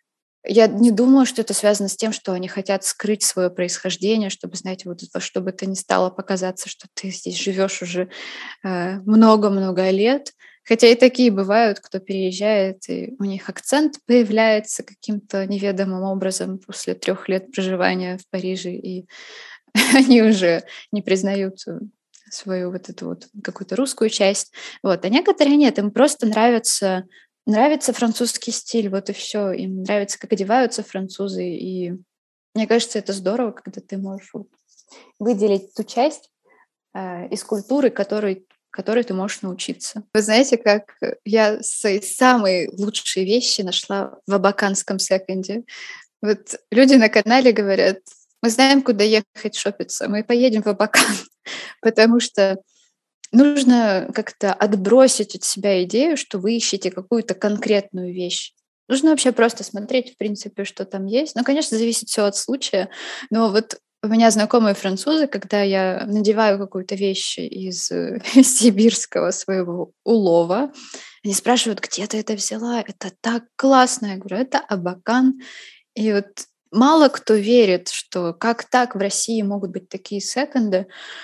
я не думаю, что это связано с тем, что они хотят скрыть свое происхождение, чтобы, знаете, вот во что бы то ни стало показаться, что ты здесь живешь уже э, много-много лет. Хотя и такие бывают, кто переезжает, и у них акцент появляется каким-то неведомым образом после трех лет проживания в Париже, и они уже не признают э, свою вот эту вот какую-то русскую часть. Вот. А некоторые нет, им просто нравится, нравится французский стиль, вот и все. Им нравится, как одеваются французы, и мне кажется, это здорово, когда ты можешь вот выделить ту часть э, из культуры, которой которой ты можешь научиться. Вы знаете, как э, я свои самые лучшие вещи нашла в абаканском секонде. Вот люди на канале говорят: мы знаем, куда ехать шопиться, мы поедем в Абакан, потому что нужно как-то отбросить от себя идею, что вы ищете какую-то конкретную вещь. Нужно вообще просто смотреть, в принципе, что там есть. Ну, конечно, зависит все от случая, но вот У меня знакомые французы, когда я надеваю какую-то вещь из э, сибирского своего улова, они спрашивают: "Где ты это взяла? Это так классно!" Я говорю: "Это Абакан". И вот мало кто верит, что как так в России могут быть такие секонды.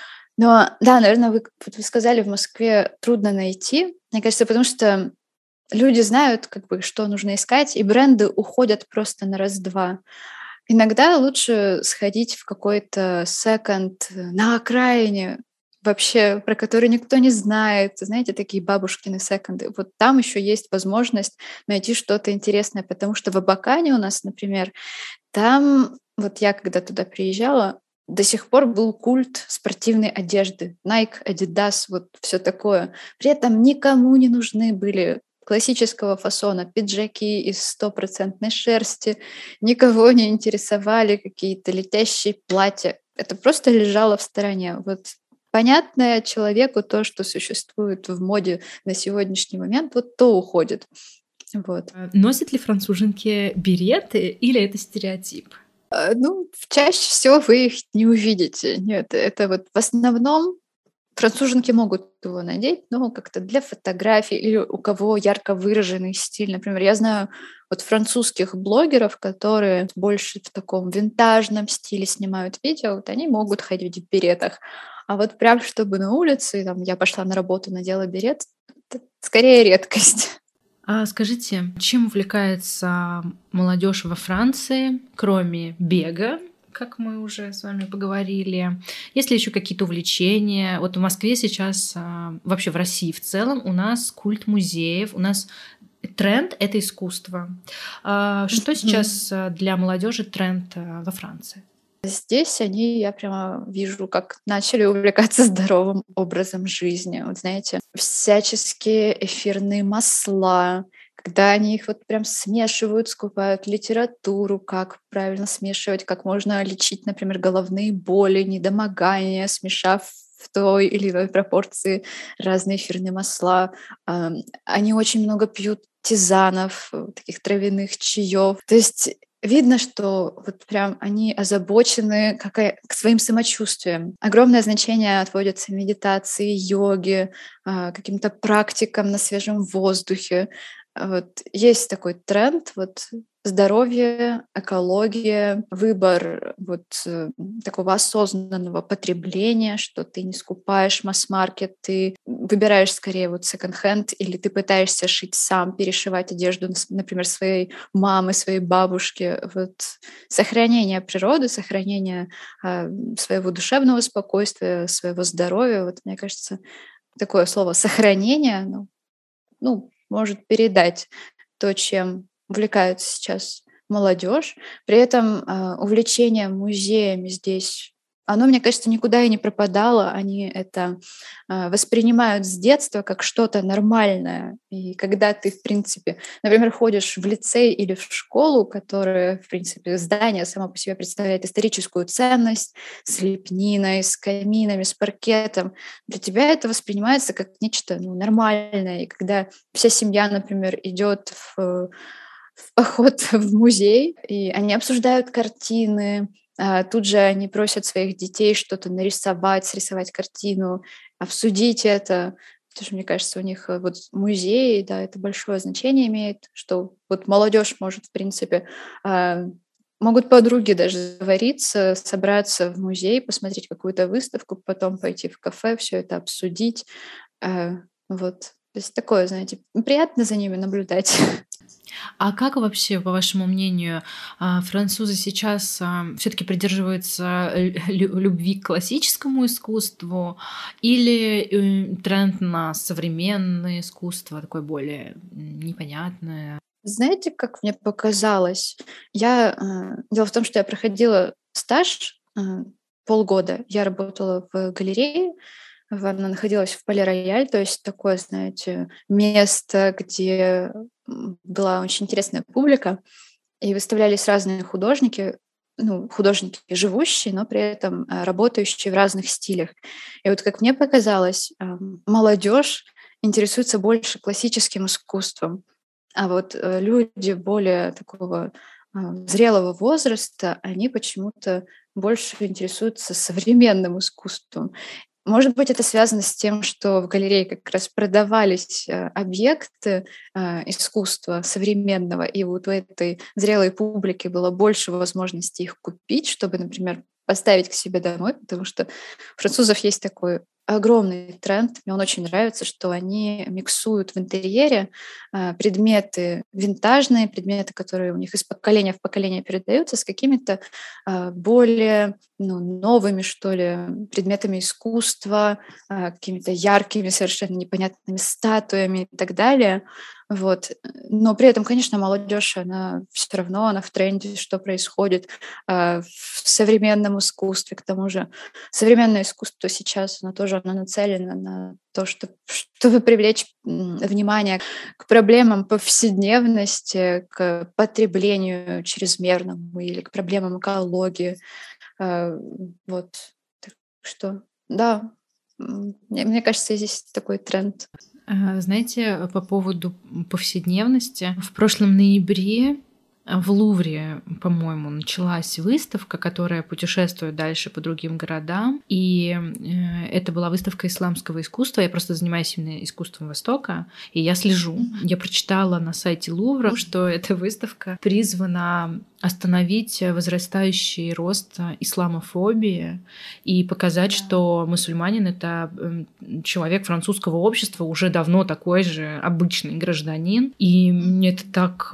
Но да, наверное, вы, вот вы сказали, в Москве трудно найти. Мне кажется, потому что люди знают, как бы, что нужно искать, и бренды уходят просто на раз-два. Иногда лучше сходить в какой-то секонд на окраине, вообще, про который никто не знает. Знаете, такие бабушкины секонды. Вот там еще есть возможность найти что-то интересное, потому что в Абакане у нас, например, там, вот я когда туда приезжала, до сих пор был культ спортивной одежды. Nike, Adidas, вот все такое. При этом никому не нужны были классического фасона пиджаки из стопроцентной шерсти, никого не интересовали какие-то летящие платья. Это просто лежало в стороне. Вот понятное человеку то, что существует в моде на сегодняшний момент, вот то уходит. Вот. А Носят ли француженки береты или это стереотип? Э, ну, чаще всего вы их не увидите. Нет, это вот в основном француженки могут его надеть, но как-то для фотографий или у кого ярко выраженный стиль. Например, я знаю вот французских блогеров, которые больше в таком винтажном стиле снимают видео, вот они могут ходить в беретах. А вот прям чтобы на улице, там, я пошла на работу, надела берет, это скорее редкость. А скажите, чем увлекается молодежь во Франции, кроме бега, как мы уже с вами поговорили? Есть ли еще какие-то увлечения? Вот в Москве сейчас, а, вообще в России в целом, у нас культ музеев, у нас тренд — это искусство. А Что Мгм. сейчас а, для молодежи тренд а, во Франции? Здесь они, я прямо вижу, как начали увлекаться здоровым образом жизни. Вот знаете, всяческие эфирные масла, когда они их вот прям смешивают, скупают литературу, как правильно смешивать, как можно лечить, например, головные боли, недомогания, смешав в той или иной пропорции разные эфирные масла. Ам, Они очень много пьют тизанов, э, таких травяных чаев. То есть видно, что вот прям они озабочены какая к своим самочувствием. Огромное значение отводится медитации, йоге, а, каким-то практикам на свежем воздухе. А, вот есть такой тренд, вот здоровье, экология, выбор вот э, такого осознанного потребления, что ты не скупаешь масс-маркет, ты выбираешь скорее вот секонд-хенд или ты пытаешься шить сам, перешивать одежду, нас- например, своей мамы, своей бабушки. Вот сохранение природы, сохранение а, своего душевного спокойствия, своего здоровья. Вот мне кажется, такое слово сохранение, оно, ну, может передать то, чем увлекается сейчас молодежь. При этом а, увлечение музеями здесь, оно, мне кажется, никуда и не пропадало. Они это а, воспринимают с детства как что-то нормальное. И когда ты, в принципе, например, ходишь в лицей или в школу, которая, в принципе, здание само по себе представляет историческую ценность с лепниной, с каминами, с паркетом, для тебя это воспринимается как нечто ну, нормальное. И когда вся семья, например, идет в, в поход в музей, и они обсуждают картины, а, тут же они просят своих детей что-то нарисовать, срисовать картину, обсудить это. Потому что, мне кажется, у них э, вот музей, да, это большое значение имеет, что вот молодежь может, в принципе, а, могут подруги даже договориться, собраться в музей, посмотреть какую-то выставку, потом пойти в кафе, все это обсудить. Э, вот. То есть такое, знаете, приятно за ними наблюдать. А как вообще, по вашему мнению, а, французы сейчас все-таки придерживаются э, лю- любви к классическому искусству или э, тренд на современное искусство, такое более м, непонятное? Знаете, как мне показалось? Я, э, дело в том, что я проходила стаж, э, полгода. Я работала в галерее, в она находилась в Пале-Рояль, то есть такое, знаете, место, где, м, была очень интересная публика, и выставлялись разные художники, ну, художники живущие, но при этом, э, работающие в разных стилях. И вот, как мне показалось, ам, молодежь интересуется больше классическим искусством. А вот, э, люди более такого, а, зрелого возраста, они почему-то больше интересуются современным искусством. Может быть, это связано с тем, что в галерее как раз продавались э, объекты э, искусства современного, и вот у этой зрелой публики было больше возможностей их купить, чтобы, например, поставить к себе домой, потому что у французов есть такой огромный тренд, мне он очень нравится, что они миксуют в интерьере а, предметы винтажные, предметы, которые у них из поколения в поколение передаются, с какими-то а, более ну, новыми, что ли, предметами искусства, а, какими-то яркими, совершенно непонятными статуями и так далее. Вот. Но при этом, конечно, молодежь, она все равно, она в тренде, что происходит а, в современном искусстве. К тому же современное искусство сейчас, оно тоже оно нацелено на то, что, чтобы привлечь м, внимание к проблемам повседневности, к потреблению чрезмерному или к проблемам экологии. А, Вот. Так что, да, м, мне, мне кажется, здесь такой тренд. А, Знаете, по поводу повседневности, в прошлом ноябре в Лувре, по-моему, началась выставка, которая путешествует дальше по другим городам. И э, это была выставка исламского искусства. Я просто занимаюсь именно искусством Востока, и я слежу. Я прочитала на сайте Лувра, что эта выставка призвана остановить возрастающий рост исламофобии и показать, что мусульманин — это человек французского общества, уже давно такой же обычный гражданин. И мне это так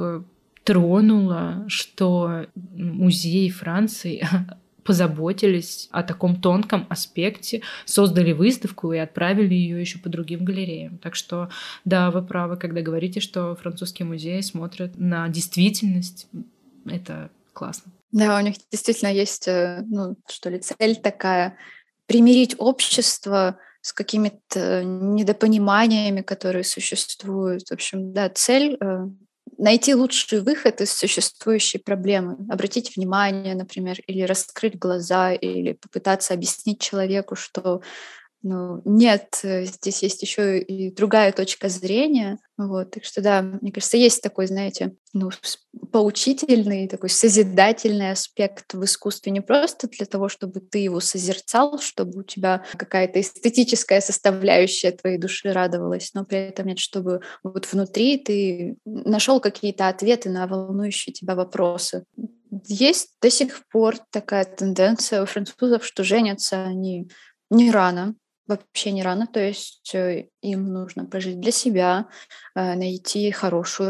тронуло, что музеи Франции позаботились о таком тонком аспекте, создали выставку и отправили ее еще по другим галереям. Так что, да, вы правы, когда говорите, что французские музеи смотрят на действительность. Это классно. Да, у них действительно есть, э, ну, что ли, цель такая — примирить общество с какими-то недопониманиями, которые существуют. В общем, да, цель э, найти лучший выход из существующей проблемы, обратить внимание, например, или раскрыть глаза, или попытаться объяснить человеку, что ну, нет, э, здесь есть еще и другая точка зрения. Вот, так что да, мне кажется, есть такой, знаете, ну, с- поучительный, такой созидательный аспект в искусстве не просто для того, чтобы ты его созерцал, чтобы у тебя какая-то эстетическая составляющая твоей души радовалась, но при этом нет, чтобы вот внутри ты нашел какие-то ответы на волнующие тебя вопросы. Есть до сих пор такая тенденция у французов, что женятся они не рано, вообще не рано, то есть э, им нужно пожить для себя, э, найти хорошую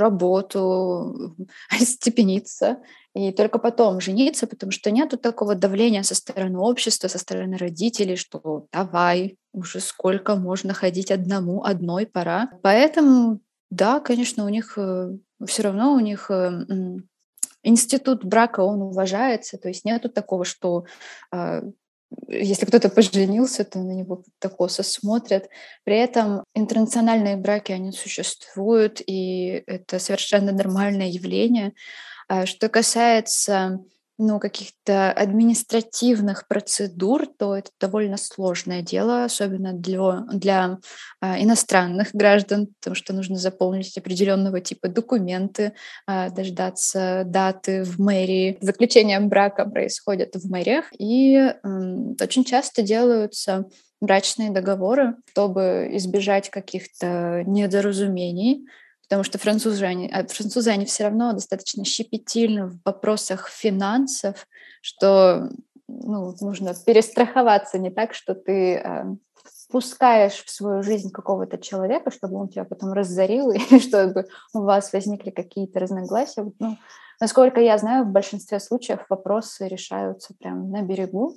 работу, остепениться, и только потом жениться, потому что нету такого давления со стороны общества, со стороны родителей, что давай, уже сколько можно ходить одному, одной пора. Поэтому, да, конечно, у них все равно у них э, м, институт брака, он уважается, то есть нету такого, что а, если кто-то поженился, то на него так косо смотрят. При этом интернациональные браки, они существуют, и это совершенно нормальное явление. А что касается ну, каких-то административных процедур, то это довольно сложное дело, особенно для, для а, иностранных граждан, потому что нужно заполнить определенного типа документы, а, дождаться даты в мэрии. Заключение брака происходит в мэриях, и м, очень часто делаются брачные договоры, чтобы избежать каких-то недоразумений, потому что французы, они, а французы, они все равно достаточно щепетильны в вопросах финансов, что ну, нужно перестраховаться не так, что ты э, пускаешь в свою жизнь какого-то человека, чтобы он тебя потом разорил, и чтобы у вас возникли какие-то разногласия. Вот, ну, насколько я знаю, в большинстве случаев вопросы решаются прямо на берегу.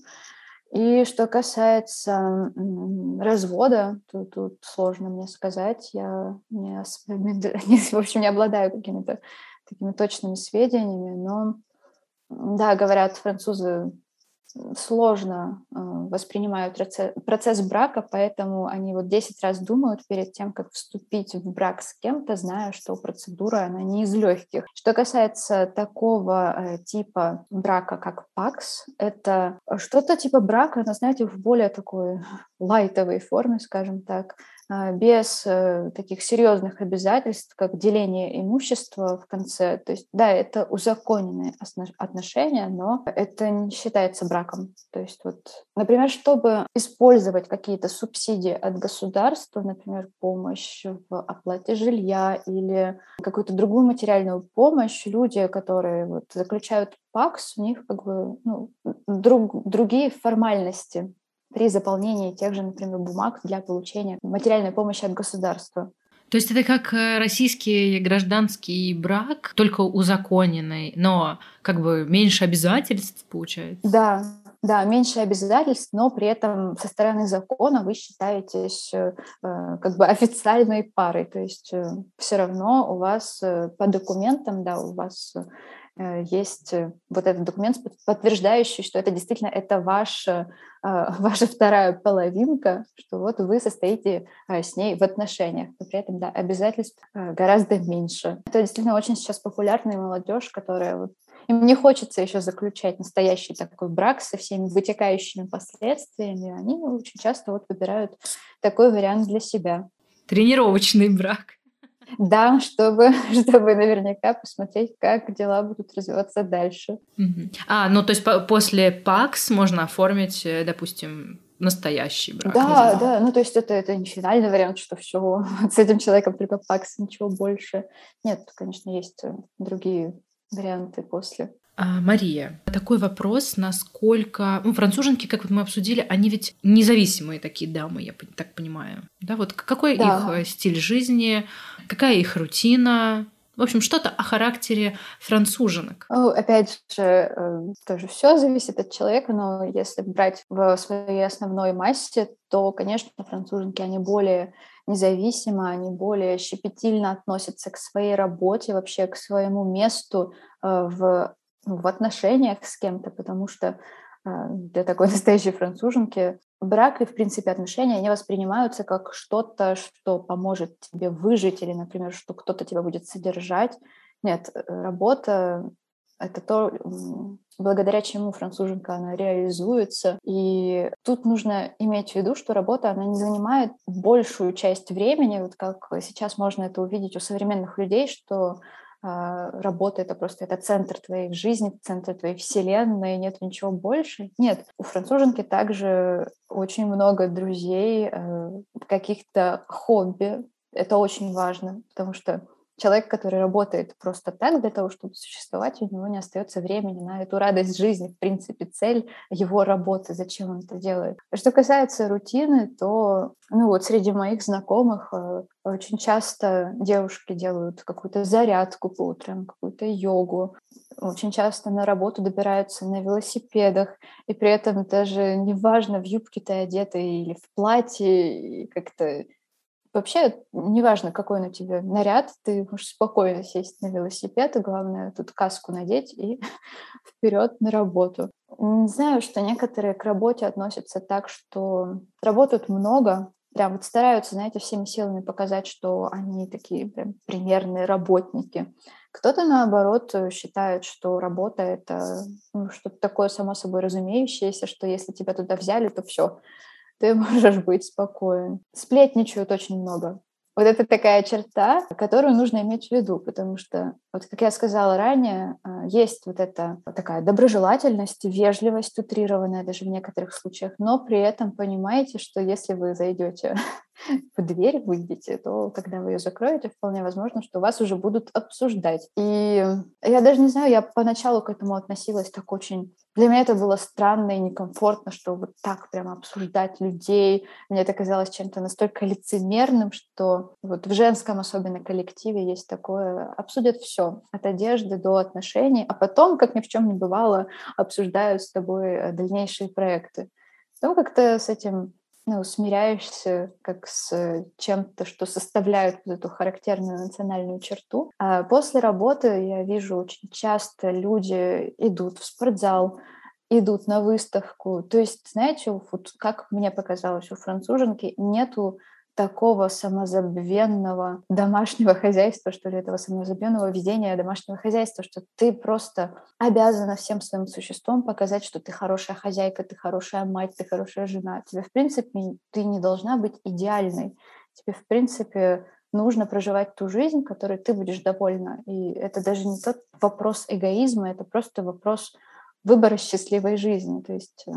И что касается м, развода, то тут сложно мне сказать. Я не, ос- не- в общем, не обладаю какими-то такими точными сведениями, но м, да, говорят, французы сложно э, воспринимают роце- процесс брака, поэтому они вот десять раз думают перед тем, как вступить в брак с кем-то, зная, что процедура, она не из легких. Что касается такого э, типа брака, как пакс, это что-то типа брака, но, знаете, в более такой лайтовой форме, скажем так. а, без э, таких серьезных обязательств, как деление имущества в конце. То есть, да, это узаконенные осна- отношения, но это не считается браком. То есть, вот, например, чтобы использовать какие-то субсидии от государства, например, помощь в оплате жилья или какую-то другую материальную помощь, люди, которые вот заключают ПАКС, у них как бы ну, друг- другие формальности при заполнении тех же, например, бумаг для получения материальной помощи от государства. То есть это как э, российский гражданский брак, только узаконенный, но как бы меньше обязательств получается? Да, да, меньше обязательств, но при этом со стороны закона вы считаетесь э, э, как бы официальной парой. То есть все равно у вас э, по документам, да, у вас э, есть э, вот этот документ, под- подтверждающий, что это действительно это ваша, э, ваша вторая половинка, что вот вы состоите э, с ней в отношениях. Но при этом, да, обязательств э, гораздо меньше. Это действительно очень сейчас популярная молодежь, которая вот им не хочется еще заключать настоящий такой брак со всеми вытекающими последствиями. Они очень часто вот выбирают такой вариант для себя. Тренировочный брак. Да, чтобы, чтобы наверняка посмотреть, как дела будут развиваться дальше. Мгм. А, ну то есть по- после ПАКС можно оформить, э, допустим, настоящий брак, Да, назовем. да, ну то есть это, это не финальный вариант, что все, с этим человеком только ПАКС, ничего больше. Нет, конечно, есть э, другие варианты после. А, Мария, такой вопрос, насколько... Ну, француженки, как вот мы обсудили, они ведь независимые такие дамы, я пон- так понимаю. Да, вот к- какой их Да, э, стиль жизни, какая их рутина? В общем, что-то о характере француженок. ну, опять же, э, тоже все зависит от человека, но если брать в своей основной массе, то, конечно, француженки, они более независимы, они более щепетильно относятся к своей работе, вообще к своему месту э, в, ну, в отношениях с кем-то, потому что э, для такой настоящей француженки брак и, в принципе, отношения, они воспринимаются как что-то, что поможет тебе выжить, или, например, что кто-то тебя будет содержать. Нет, э, работа — это то, м, благодаря чему француженка, она реализуется. И тут нужно иметь в виду, что работа, она не занимает большую часть времени, вот как сейчас можно это увидеть у современных людей, что а, работа — это просто это центр твоей жизни, центр твоей вселенной, нет ничего больше. Нет, у француженки также очень много друзей, э, каких-то хобби. Это очень важно, потому что человек, который работает просто так для того, чтобы существовать, у него не остается времени на эту радость жизни. В принципе, цель его работы, зачем он это делает. А что касается рутины, то ну вот среди моих знакомых э, очень часто девушки делают какую-то зарядку по утрам, какую-то йогу. Очень часто на работу добираются на велосипедах, и при этом даже неважно, в юбке ты одета или в платье, и как-то вообще, неважно, какой на тебе наряд, ты можешь спокойно сесть на велосипед, и главное тут каску надеть и вперед на работу. М, Знаю, что некоторые к работе относятся так, что работают много, прям вот стараются, знаете, всеми силами показать, что они такие прям примерные работники. Кто-то, наоборот, э, считает, что работа — это ну, что-то такое само собой разумеющееся, что если тебя туда взяли, то все, ты можешь быть спокоен. Сплетничают очень много. Вот это такая черта, которую нужно иметь в виду, потому что, вот как я сказала ранее, а, есть вот эта такая доброжелательность, вежливость утрированная даже в некоторых случаях, но при этом понимаете, что если вы зайдете в дверь, выйдете, то когда вы ее закроете, вполне возможно, что вас уже будут обсуждать. И я даже не знаю, я поначалу к этому относилась так очень... Для меня это было странно и некомфортно, что вот так прямо обсуждать людей. Мне это казалось чем-то настолько лицемерным, что вот в женском особенно коллективе есть такое, обсудят все, от одежды до отношений, а потом, как ни в чем не бывало, обсуждают с тобой э, дальнейшие проекты. Потом как-то с этим ну, смиряешься как с чем-то, что составляет вот эту характерную национальную черту. А после работы я вижу очень часто люди идут в спортзал, идут на выставку. То есть, знаете, вот как мне показалось, у француженки нету такого самозабвенного домашнего хозяйства, что ли, этого самозабвенного ведения домашнего хозяйства, что ты просто обязана всем своим существом показать, что ты хорошая хозяйка, ты хорошая мать, ты хорошая жена. Тебе, в принципе, ты не должна быть идеальной. Тебе, в принципе, нужно проживать ту жизнь, которой ты будешь довольна. И это даже не тот вопрос эгоизма, это просто вопрос выбора счастливой жизни. То есть э,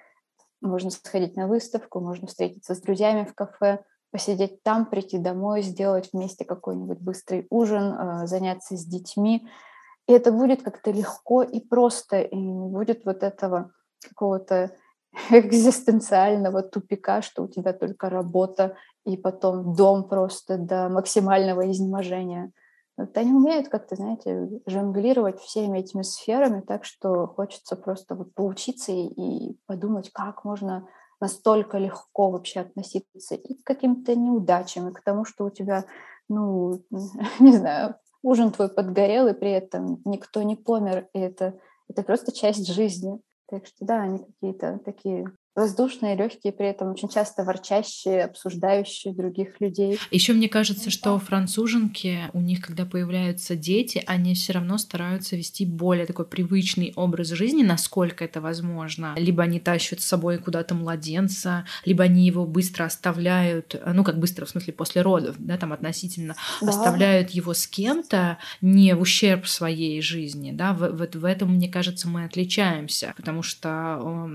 можно сходить на выставку, можно встретиться с друзьями в кафе, посидеть там, прийти домой, сделать вместе какой-нибудь быстрый ужин, э, заняться с детьми. И это будет как-то легко и просто, и не будет вот этого какого-то экзистенциального тупика, что у тебя только работа и потом дом просто до максимального изнеможения. Вот они умеют как-то, знаете, жонглировать всеми этими сферами так, что хочется просто вот поучиться и, и подумать, как можно настолько легко вообще относиться и к каким-то неудачам, и к тому, что у тебя, ну, не знаю, ужин твой подгорел, и при этом никто не помер, и это, это просто часть жизни. Так что да, они какие-то такие воздушные, легкие, при этом очень часто ворчащие, обсуждающие других людей. Еще мне кажется, что француженки, у них, когда появляются дети, они все равно стараются вести более такой привычный образ жизни, насколько это возможно. Либо они тащат с собой куда-то младенца, либо они его быстро оставляют, ну как быстро, в смысле после родов, да, там относительно, да. Оставляют его с кем-то, не в ущерб своей жизни, да, в, в, в этом, мне кажется, мы отличаемся, потому что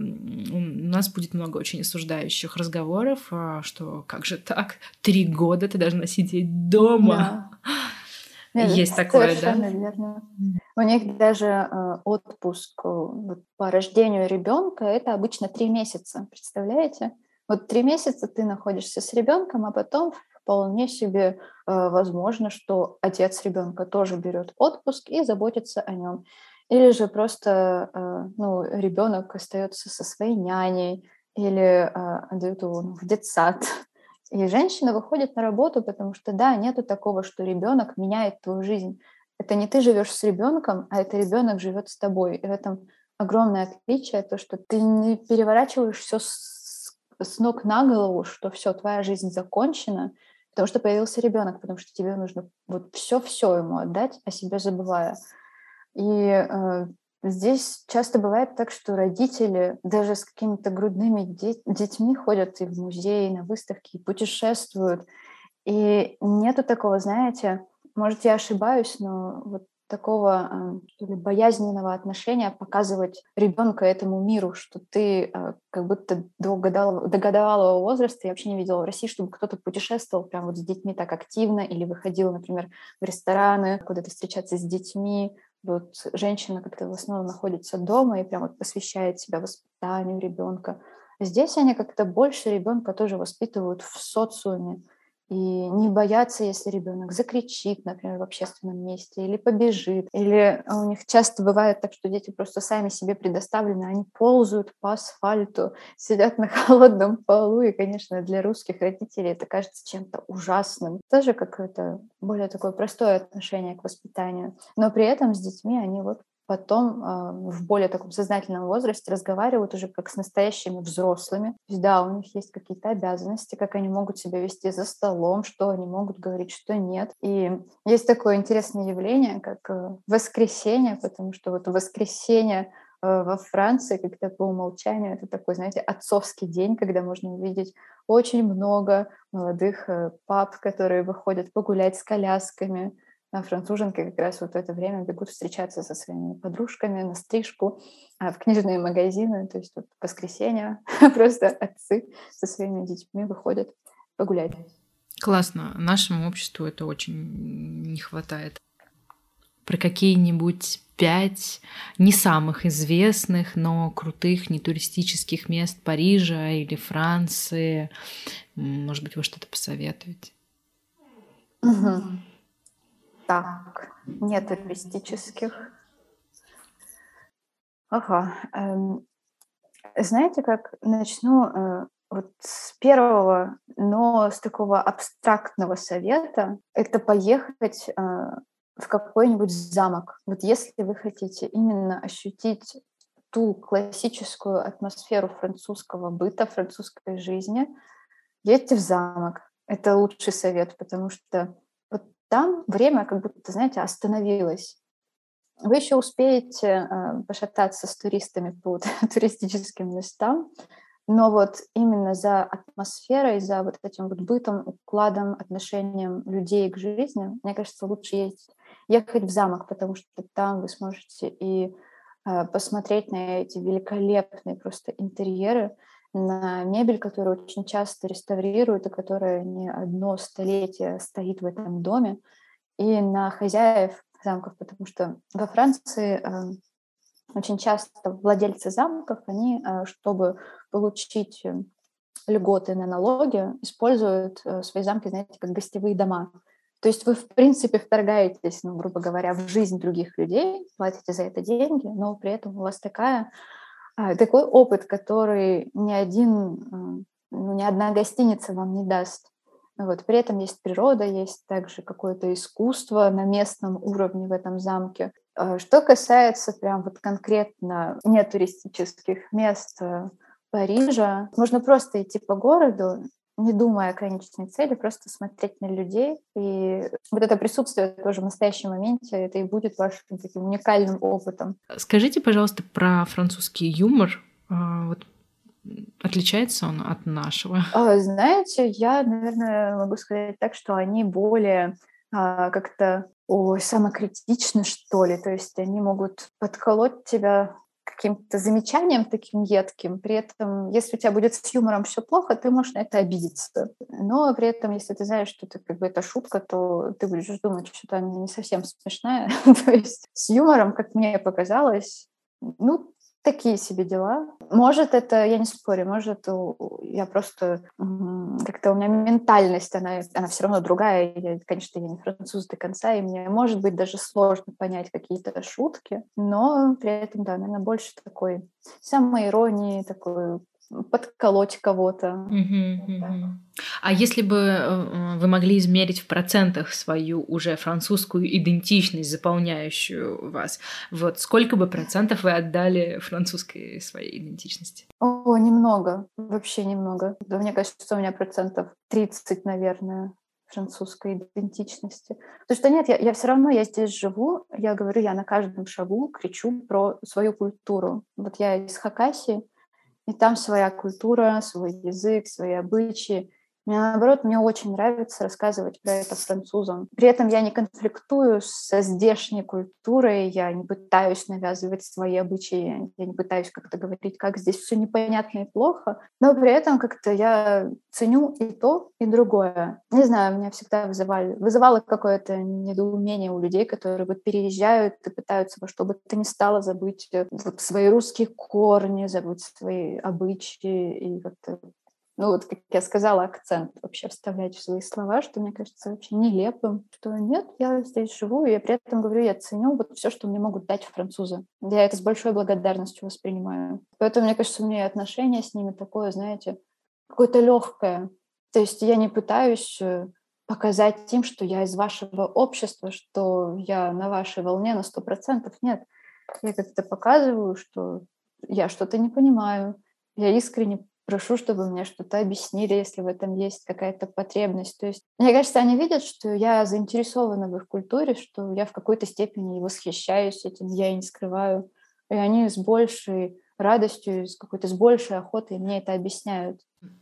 у нас будет много очень осуждающих разговоров, что как же так, три года ты должна сидеть дома. Да. Есть такое, да? Совершенно верно. У них даже э, отпуск вот, по рождению ребенка это обычно три месяца, представляете? Вот три месяца ты находишься с ребенком, а потом вполне себе э, возможно, что отец ребенка тоже берет отпуск и заботится о нем. Или же просто э, ну, ребенок остается со своей няней, или э, отдают его ну, в детсад. И женщина выходит на работу, потому что, да, нету такого, что ребенок меняет твою жизнь. Это не ты живешь с ребенком, а это ребенок живет с тобой. И в этом огромное отличие, то, что ты не переворачиваешь все с, с ног на голову, что все, твоя жизнь закончена, потому что появился ребенок, потому что тебе нужно вот все-все ему отдать, о себе забывая. И э, здесь часто бывает так, что родители даже с какими-то грудными де- детьми ходят и в музей, и на выставки, и путешествуют. И нету такого, знаете, может, я ошибаюсь, но вот такого э, что ли, боязненного отношения показывать ребенка этому миру, что ты э, как будто до годовалого, до годовалого возраста, я вообще не видела в России, чтобы кто-то путешествовал прям вот с детьми так активно или выходил, например, в рестораны, куда-то встречаться с детьми. Вот женщина как-то в основном находится дома и прям вот посвящает себя воспитанию ребенка. Здесь они как-то больше ребенка тоже воспитывают в социуме. И не боятся, если ребенок закричит, например, в общественном месте, или побежит. Или у них часто бывает так, что дети просто сами себе предоставлены, они ползают по асфальту, сидят на холодном полу. И, конечно, для русских родителей это кажется чем-то ужасным. Тоже какое-то более такое простое отношение к воспитанию. Но при этом с детьми они вот потом э, в более таком сознательном возрасте разговаривают уже как с настоящими взрослыми. То есть, да, у них есть какие-то обязанности, как они могут себя вести за столом, что они могут говорить, что нет. И есть такое интересное явление, как э, воскресенье, потому что вот воскресенье э, во Франции, когда по умолчанию это такой, знаете, отцовский день, когда можно увидеть очень много молодых э, пап, которые выходят погулять с колясками. А француженки как раз вот в это время бегут встречаться со своими подружками на стрижку, а в книжные магазины. То есть вот в воскресенье просто отцы со своими детьми выходят погулять. Классно. Нашему обществу это очень не хватает. Про какие-нибудь пять не самых известных, но крутых нетуристических мест Парижа или Франции. Может быть, вы что-то посоветуете? Угу. Так, нет туристических. Ага. Эм, знаете, как начну э, вот с первого, но с такого абстрактного совета, это поехать э, в какой-нибудь замок. Вот если вы хотите именно ощутить ту классическую атмосферу французского быта, французской жизни, едьте в замок. Это лучший совет, потому что вот там время как будто, знаете, остановилось. Вы еще успеете э, пошататься с туристами по туристическим местам, Но вот именно за атмосферой, за вот этим вот бытом, укладом, отношением людей к жизни, мне кажется, лучше ездить, ехать в замок, потому что там вы сможете и э, посмотреть на эти великолепные просто интерьеры, на мебель, которую очень часто реставрируют и которая не одно столетие стоит в этом доме, и на хозяев замков, потому что во Франции э, очень часто владельцы замков, они, э, чтобы получить э, льготы на налоги, используют э, свои замки, знаете, как гостевые дома. То есть вы, в принципе, вторгаетесь, ну, грубо говоря, в жизнь других людей, платите за это деньги, но при этом у вас такая, а, такой опыт, который ни один, м, ну, ни одна гостиница вам не даст. Вот. При этом есть природа, есть также какое-то искусство на местном уровне в этом замке. А, Что касается прям вот конкретно нетуристических мест э, Парижа, можно просто идти по городу, не думая о конечной цели, просто смотреть на людей. И вот это присутствие тоже в настоящем моменте, это и будет вашим таким уникальным опытом. Скажите, пожалуйста, про французский юмор. А, Вот отличается он от нашего? А, Знаете, я, наверное, могу сказать так, что они более а, как-то ой, самокритичны, что ли. То есть они могут подколоть тебя каким-то замечанием таким едким. При этом, если у тебя будет с юмором все плохо, ты можешь на это обидеться. Но при этом, если ты знаешь, что это как бы это шутка, то ты будешь думать, что-то она не совсем смешная. То есть с юмором, как мне показалось, ну, такие себе дела. Может, это, я не спорю, может, у- я просто м, как-то у меня ментальность, она, она все равно другая. Я, конечно, я не француз до конца, и мне, может быть, даже сложно понять какие-то шутки, но при этом, да, наверное, больше такой самоиронии, такой м, подколоть кого-то. Мгм, Вот так. мгм. А если бы э, вы могли измерить в процентах свою уже французскую идентичность, заполняющую вас, вот сколько бы процентов вы отдали французской своей идентичности? О, немного, вообще немного. Да, мне кажется, у меня процентов тридцать, наверное, французской идентичности. Потому что нет, я, я все равно, я здесь живу, я говорю, я на каждом шагу кричу про свою культуру. Вот я из Хакасии, и там своя культура, свой язык, свои обычаи. Мне, наоборот, мне очень нравится рассказывать про это французам. При этом я не конфликтую со здешней культурой, я не пытаюсь навязывать свои обычаи, я не пытаюсь как-то говорить, как здесь все непонятно и плохо, но при этом как-то я ценю и то, и другое. Не знаю, меня всегда вызывали, вызывало какое-то недоумение у людей, которые вот переезжают и пытаются во что бы то ни стало забыть э, вот свои русские корни, забыть свои обычаи и вот, э, ну вот, как я сказала, акцент вообще вставлять в свои слова, что мне кажется вообще нелепым, что нет, я здесь живу, и я при этом говорю, я ценю вот все, что мне могут дать французы. Я это с большой благодарностью воспринимаю. Поэтому, мне кажется, у меня и отношение с ними такое, знаете, какое-то легкое. То есть я не пытаюсь э, показать им, что я из вашего общества, что я на вашей волне на сто процентов. Нет, я как-то показываю, что я что-то не понимаю. Я искренне прошу, чтобы мне что-то объяснили, если в этом есть какая-то потребность. То есть, мне кажется, они видят, что я заинтересована в их культуре, что я в какой-то степени восхищаюсь этим, я и не скрываю. И они с большей радостью, с какой-то с большей охотой мне это объясняют.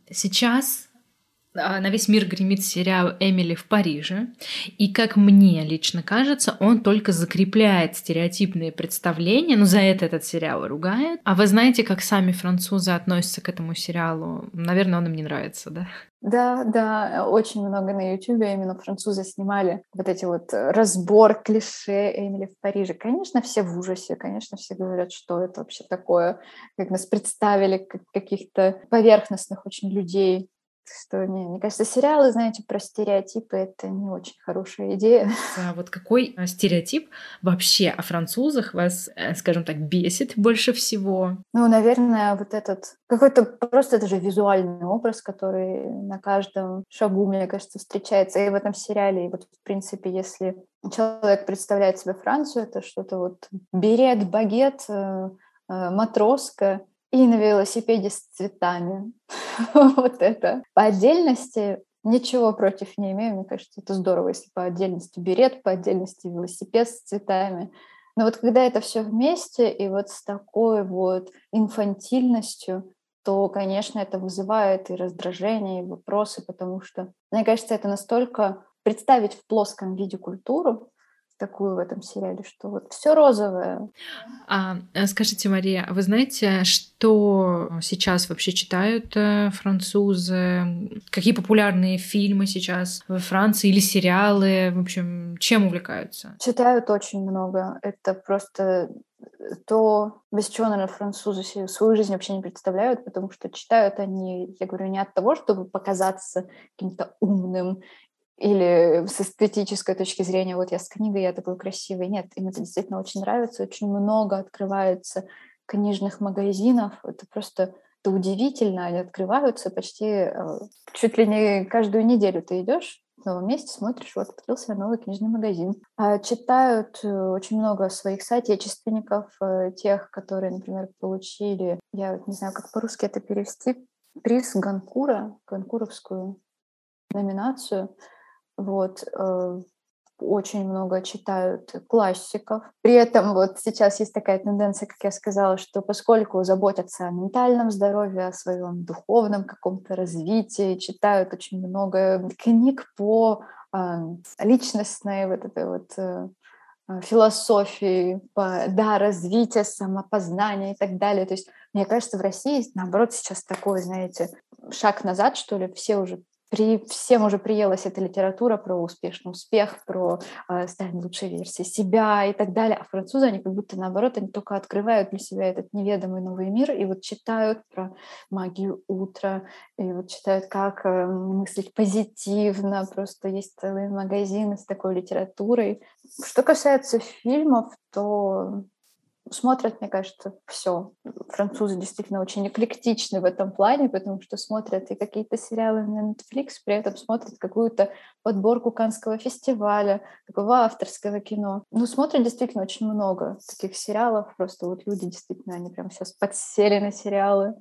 Сейчас а, на весь мир гремит сериал «Эмили в Париже», и, как мне лично кажется, он только закрепляет стереотипные представления, ну, за это этот сериал ругают. А вы знаете, как сами французы относятся к этому сериалу? Наверное, он им не нравится, да? Да, да, очень много на Ютубе именно французы снимали вот эти вот э, разбор клише Эмили в Париже. Конечно, все в ужасе, конечно, все говорят, что это вообще такое, как нас представили как каких-то поверхностных очень людей. Что, не, мне кажется, сериалы, знаете, про стереотипы — это не очень хорошая идея. А вот какой а, стереотип вообще о французах вас, э, скажем так, бесит больше всего? Ну, наверное, вот этот какой-то просто даже визуальный образ, который на каждом шагу, мне кажется, встречается и в этом сериале. И вот, в принципе, если человек представляет себе Францию, это что-то вот берет, багет, э, э, матроска и на велосипеде с цветами. Вот это. По отдельности ничего против не имею. Мне кажется, это здорово, если по отдельности берет, по отдельности велосипед с цветами. Но вот когда это все вместе и вот с такой вот инфантильностью, то, конечно, это вызывает и раздражение, и вопросы, потому что, мне кажется, это настолько представить в плоском виде культуру, такую в этом сериале, что вот все розовое. А, э, скажите, Мария, а вы знаете, что сейчас вообще читают э, французы? Какие популярные фильмы сейчас во Франции или сериалы? В общем, чем увлекаются? Читают очень много. Это просто то, без чего, наверное, французы себе свою жизнь вообще не представляют, потому что читают они, я говорю, не от того, чтобы показаться каким-то умным или с эстетической точки зрения, вот я с книгой, я такой красивый. Нет, им это действительно очень нравится. Очень много открывается книжных магазинов. Это просто это удивительно. Они открываются почти э, чуть ли не каждую неделю. Ты идешь в новом месте, смотришь, вот открылся новый книжный магазин. А читают э, очень много своих соотечественников, э, тех, которые, например, получили, я вот не знаю, как по-русски это перевести, приз Ганкура, Ганкуровскую номинацию. Вот, э, очень много читают классиков. При этом вот сейчас есть такая тенденция, как я сказала, что поскольку заботятся о ментальном здоровье, о своем духовном каком-то развитии, читают очень много книг по э, личностной вот этой вот э, э, философии, по, да, развития, самопознания и так далее. То есть, мне кажется, в России, наоборот, сейчас такой, знаете, шаг назад, что ли, все уже при, всем уже приелась эта литература про успешный успех, про э, стань лучшей версией себя и так далее. А французы, они как будто наоборот, они только открывают для себя этот неведомый новый мир и вот читают про магию утра, и вот читают, как э, мыслить позитивно. Просто есть целые магазины с такой литературой. Что касается фильмов, то смотрят, мне кажется, все. Французы действительно очень эклектичны в этом плане, потому что смотрят и какие-то сериалы на Netflix, при этом смотрят какую-то подборку Каннского фестиваля, такого авторского кино. Ну, смотрят действительно очень много таких сериалов. Просто вот люди действительно, они прямо сейчас подсели на сериалы.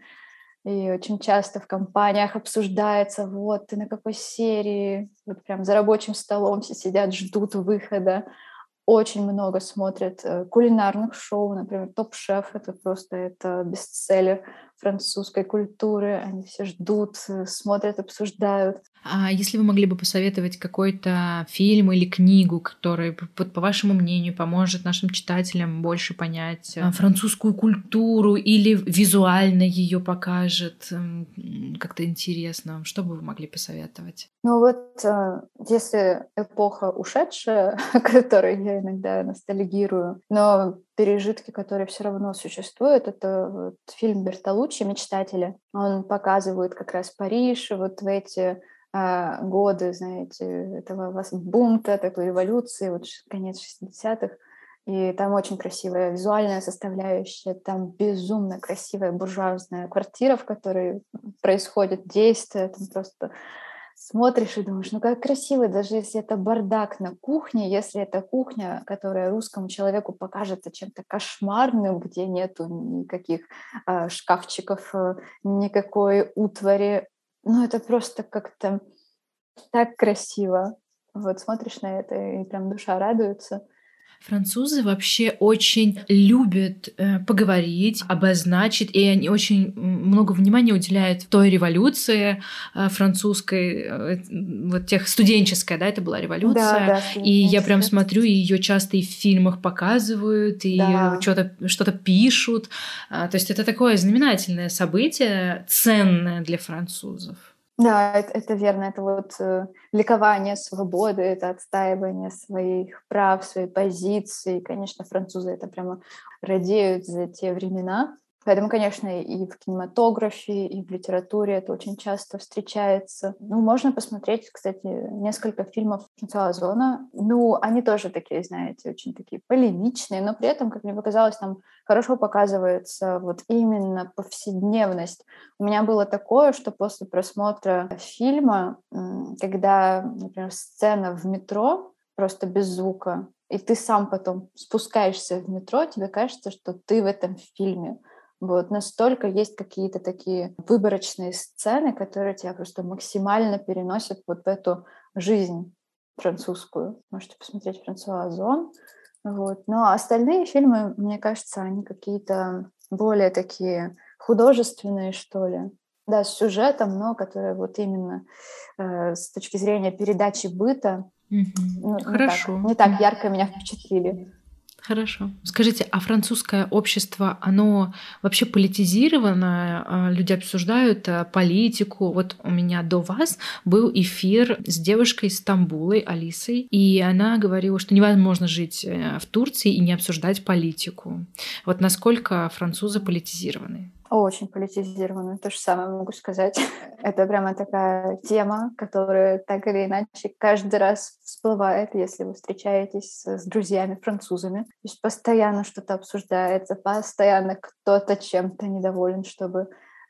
И очень часто в компаниях обсуждается, вот, ты на какой серии, вот прям за рабочим столом все сидят, ждут выхода. Очень много смотрят э, кулинарных шоу, например, «Топ-шеф». Это просто это бестселлер французской культуры. Они все ждут, э, смотрят, обсуждают. А если вы могли бы посоветовать какой-то фильм или книгу, который, п- п- по вашему мнению, поможет нашим читателям больше понять а, французскую культуру или визуально ее покажет м, как-то интересно, что бы вы могли посоветовать? Ну вот, э, если эпоха ушедшая, о которой я иногда ностальгирую, но пережитки, которые все равно существуют, это вот фильм Бертолуччи «Мечтатели». Он показывает как раз Париж вот в эти а, годы, знаете, этого вас- бунта, такой революции, вот ш- конец шестидесятых. И там очень красивая визуальная составляющая, там безумно красивая буржуазная квартира, в которой происходит действие, там просто смотришь и думаешь, ну как красиво, даже если это бардак на кухне, если это кухня, которая русскому человеку покажется чем-то кошмарным, где нету никаких а, шкафчиков, э, никакой утвари, ну это просто как-то так красиво. Вот смотришь на это, и прям душа радуется. Французы вообще очень любят э, поговорить, обозначить, и они очень м, много внимания уделяют той революции э, французской, э, вот тех студенческой, да, это была Да, революция, да, и я прям студенческая. смотрю, и ее часто и в фильмах показывают, и Да. что-то что-то пишут, А, то есть это такое знаменательное событие, ценное для французов. Да, это, это верно. Это вот э, ликование свободы, это отстаивание своих прав, своей позиции. Конечно, французы это прямо радеют за те времена. Поэтому, конечно, и в кинематографе, и в литературе это очень часто встречается. Ну, можно посмотреть, кстати, несколько фильмов Франсуа Озона. Ну, они тоже такие, знаете, очень такие полемичные, но при этом, как мне показалось, там хорошо показывается вот именно повседневность. У меня было такое, что после просмотра фильма, м, когда, например, сцена в метро, просто без звука, и ты сам потом спускаешься в метро, тебе кажется, что ты в этом фильме. Вот настолько есть какие-то такие выборочные сцены, которые тебя просто максимально переносят вот в эту жизнь французскую. Можете посмотреть Франсуа Озон. Вот. Но остальные фильмы, мне кажется, они какие-то более такие художественные, что ли. Да, с сюжетом, но которые вот именно э, с точки зрения передачи быта Мгм. ну, не так, Хорошо. не так ярко меня впечатлили. Хорошо. Скажите, а французское общество, оно вообще политизировано? А, Люди обсуждают а, политику. Вот у меня до вас был эфир с девушкой из Стамбула, Алисой, и она говорила, что невозможно жить э, в Турции и не обсуждать политику. Вот насколько французы политизированы? Очень политизировано, то же самое могу сказать. Это прямо такая тема, которая так или иначе каждый раз всплывает, если вы встречаетесь с, с друзьями-французами. То есть постоянно что-то обсуждается, постоянно кто-то чем-то недоволен, чтобы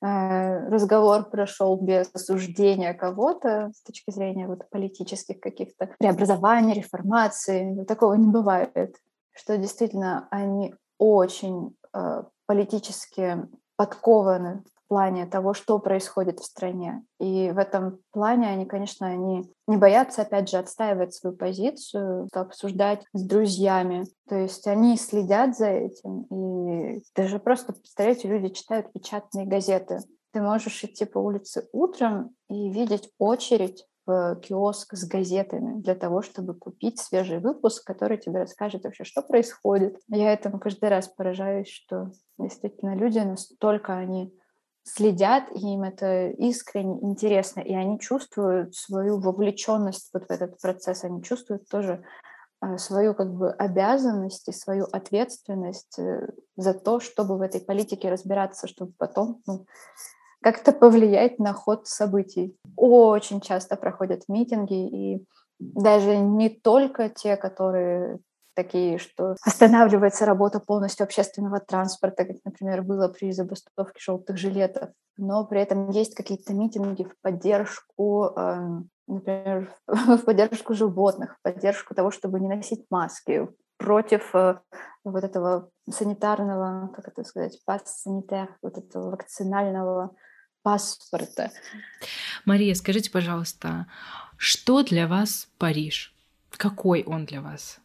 э, разговор прошел без осуждения кого-то с точки зрения вот политических каких-то преобразований, реформаций. Такого не бывает, что действительно они очень э, политически подкованы в плане того, что происходит в стране. И в этом плане они, конечно, они не боятся, опять же, отстаивать свою позицию, обсуждать с друзьями. То есть они следят за этим. И даже просто, представляете, люди читают печатные газеты. Ты можешь идти по улице утром и видеть очередь в киоск с газетами для того, чтобы купить свежий выпуск, который тебе расскажет вообще, что происходит. Я этому каждый раз поражаюсь, что действительно люди настолько они следят, и им это искренне интересно, и они чувствуют свою вовлеченность вот в этот процесс, они чувствуют тоже э, свою как бы обязанность и свою ответственность э, за то, чтобы в этой политике разбираться, чтобы потом ну, как-то повлиять на ход событий. Очень часто проходят митинги, и даже не только те, которые такие, что останавливается работа полностью общественного транспорта, как, например, было при забастовке желтых жилетов, но при этом есть какие-то митинги в поддержку, эм, например, в поддержку животных, в поддержку того, чтобы не носить маски, против э, вот этого санитарного, как это сказать, пас-санитар, вот этого вакцинального паспорта. Мария, скажите, пожалуйста, что для вас Париж? Какой он для вас?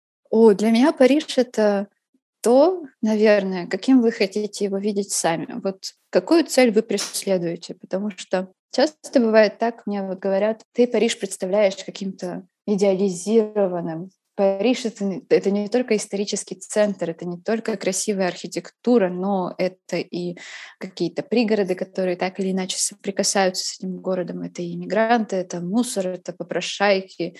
О, для меня Париж — это то, наверное, каким вы хотите его видеть сами. Вот какую цель вы преследуете? Потому что часто бывает так, мне вот говорят, ты Париж представляешь каким-то идеализированным. Париж — это, не- это не только исторический центр, это не только красивая архитектура, но это и какие-то пригороды, которые так или иначе соприкасаются с этим городом. Это и иммигранты, это мусор, это попрошайки,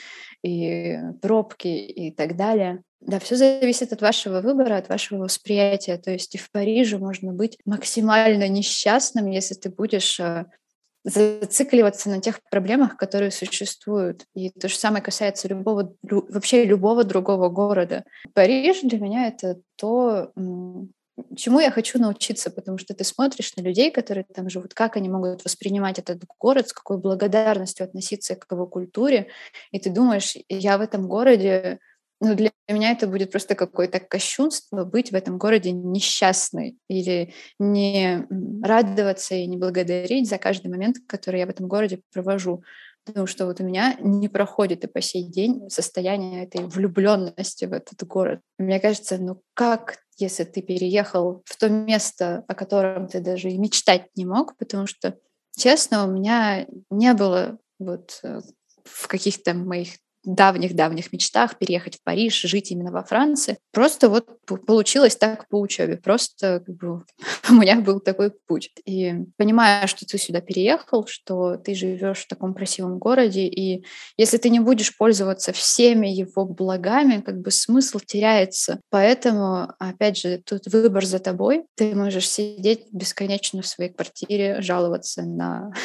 и пробки и так далее. Да, все зависит от вашего выбора, от вашего восприятия. То есть и в Париже можно быть максимально несчастным, если ты будешь э, зацикливаться на тех проблемах, которые существуют. И то же самое касается любого, лю- вообще любого другого города. Париж для меня — это то, м, чему я хочу научиться, потому что ты смотришь на людей, которые там живут, как они могут воспринимать этот город, с какой благодарностью относиться к его культуре, и ты думаешь, я в этом городе, ну, для меня это будет просто какое-то кощунство быть в этом городе несчастной или не м, радоваться и не благодарить за каждый момент, который я в этом городе провожу. Потому что вот у меня не проходит и по сей день состояние этой влюбленности в этот город. Мне кажется, ну как, если ты переехал в то место, о котором ты даже и мечтать не мог, потому что, честно, у меня не было вот э, в каких-то моих давних-давних мечтах переехать в Париж, жить именно во Франции. Просто вот п- получилось так по учебе. Просто как бы, у меня был такой путь. И понимая, что ты сюда переехал, что ты живешь в таком красивом городе, и если ты не будешь пользоваться всеми его благами, как бы смысл теряется. Поэтому, опять же, тут выбор за тобой. Ты можешь сидеть бесконечно в своей квартире, жаловаться на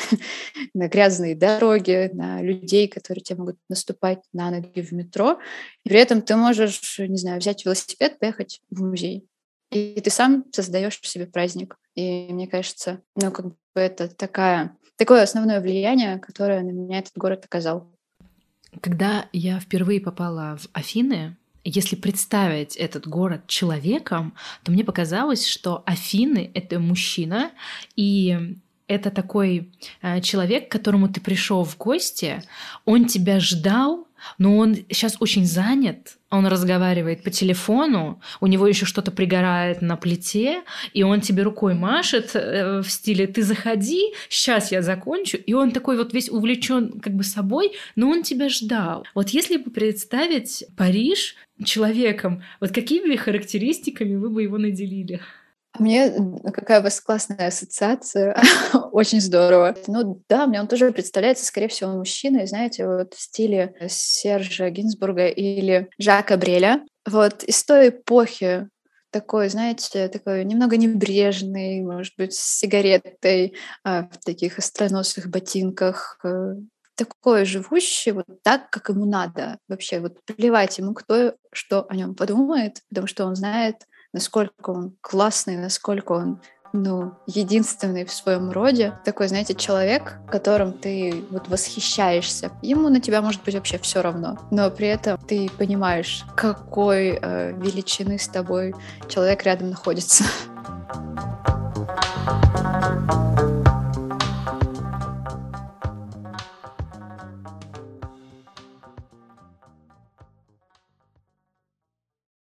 на грязные дороги, на людей, которые тебе могут наступать на ноги в метро. И при этом ты можешь, не знаю, взять велосипед, поехать в музей. И ты сам создаешь себе праздник. И мне кажется, ну, как бы это такая, такое основное влияние, которое на меня этот город оказал. Когда я впервые попала в Афины, если представить этот город человеком, то мне показалось, что Афины — это мужчина, и это такой э, человек, к которому ты пришел в гости, он тебя ждал, но он сейчас очень занят, он разговаривает по телефону, у него еще что-то пригорает на плите, и он тебе рукой машет в стиле «ты заходи, сейчас я закончу», и он такой вот весь увлечен как бы собой, но он тебя ждал. Вот если бы представить Париж человеком, вот какими характеристиками вы бы его наделили? Мне какая у вас классная ассоциация, очень здорово. Ну да, мне он тоже представляется, скорее всего, мужчиной, знаете, вот в стиле Сержа Гинзбурга или Жака Бреля. Вот из той эпохи, такой, знаете, такой немного небрежный, может быть, с сигаретой, в таких остроносых ботинках, такой живущий вот так, как ему надо. Вообще, вот плевать ему, кто что о нем подумает, потому что он знает, насколько он классный, насколько он, ну, единственный в своем роде. Такой, знаете, человек, которым ты вот восхищаешься. Ему на тебя может быть вообще все равно, но при этом ты понимаешь, какой э, величины с тобой человек рядом находится.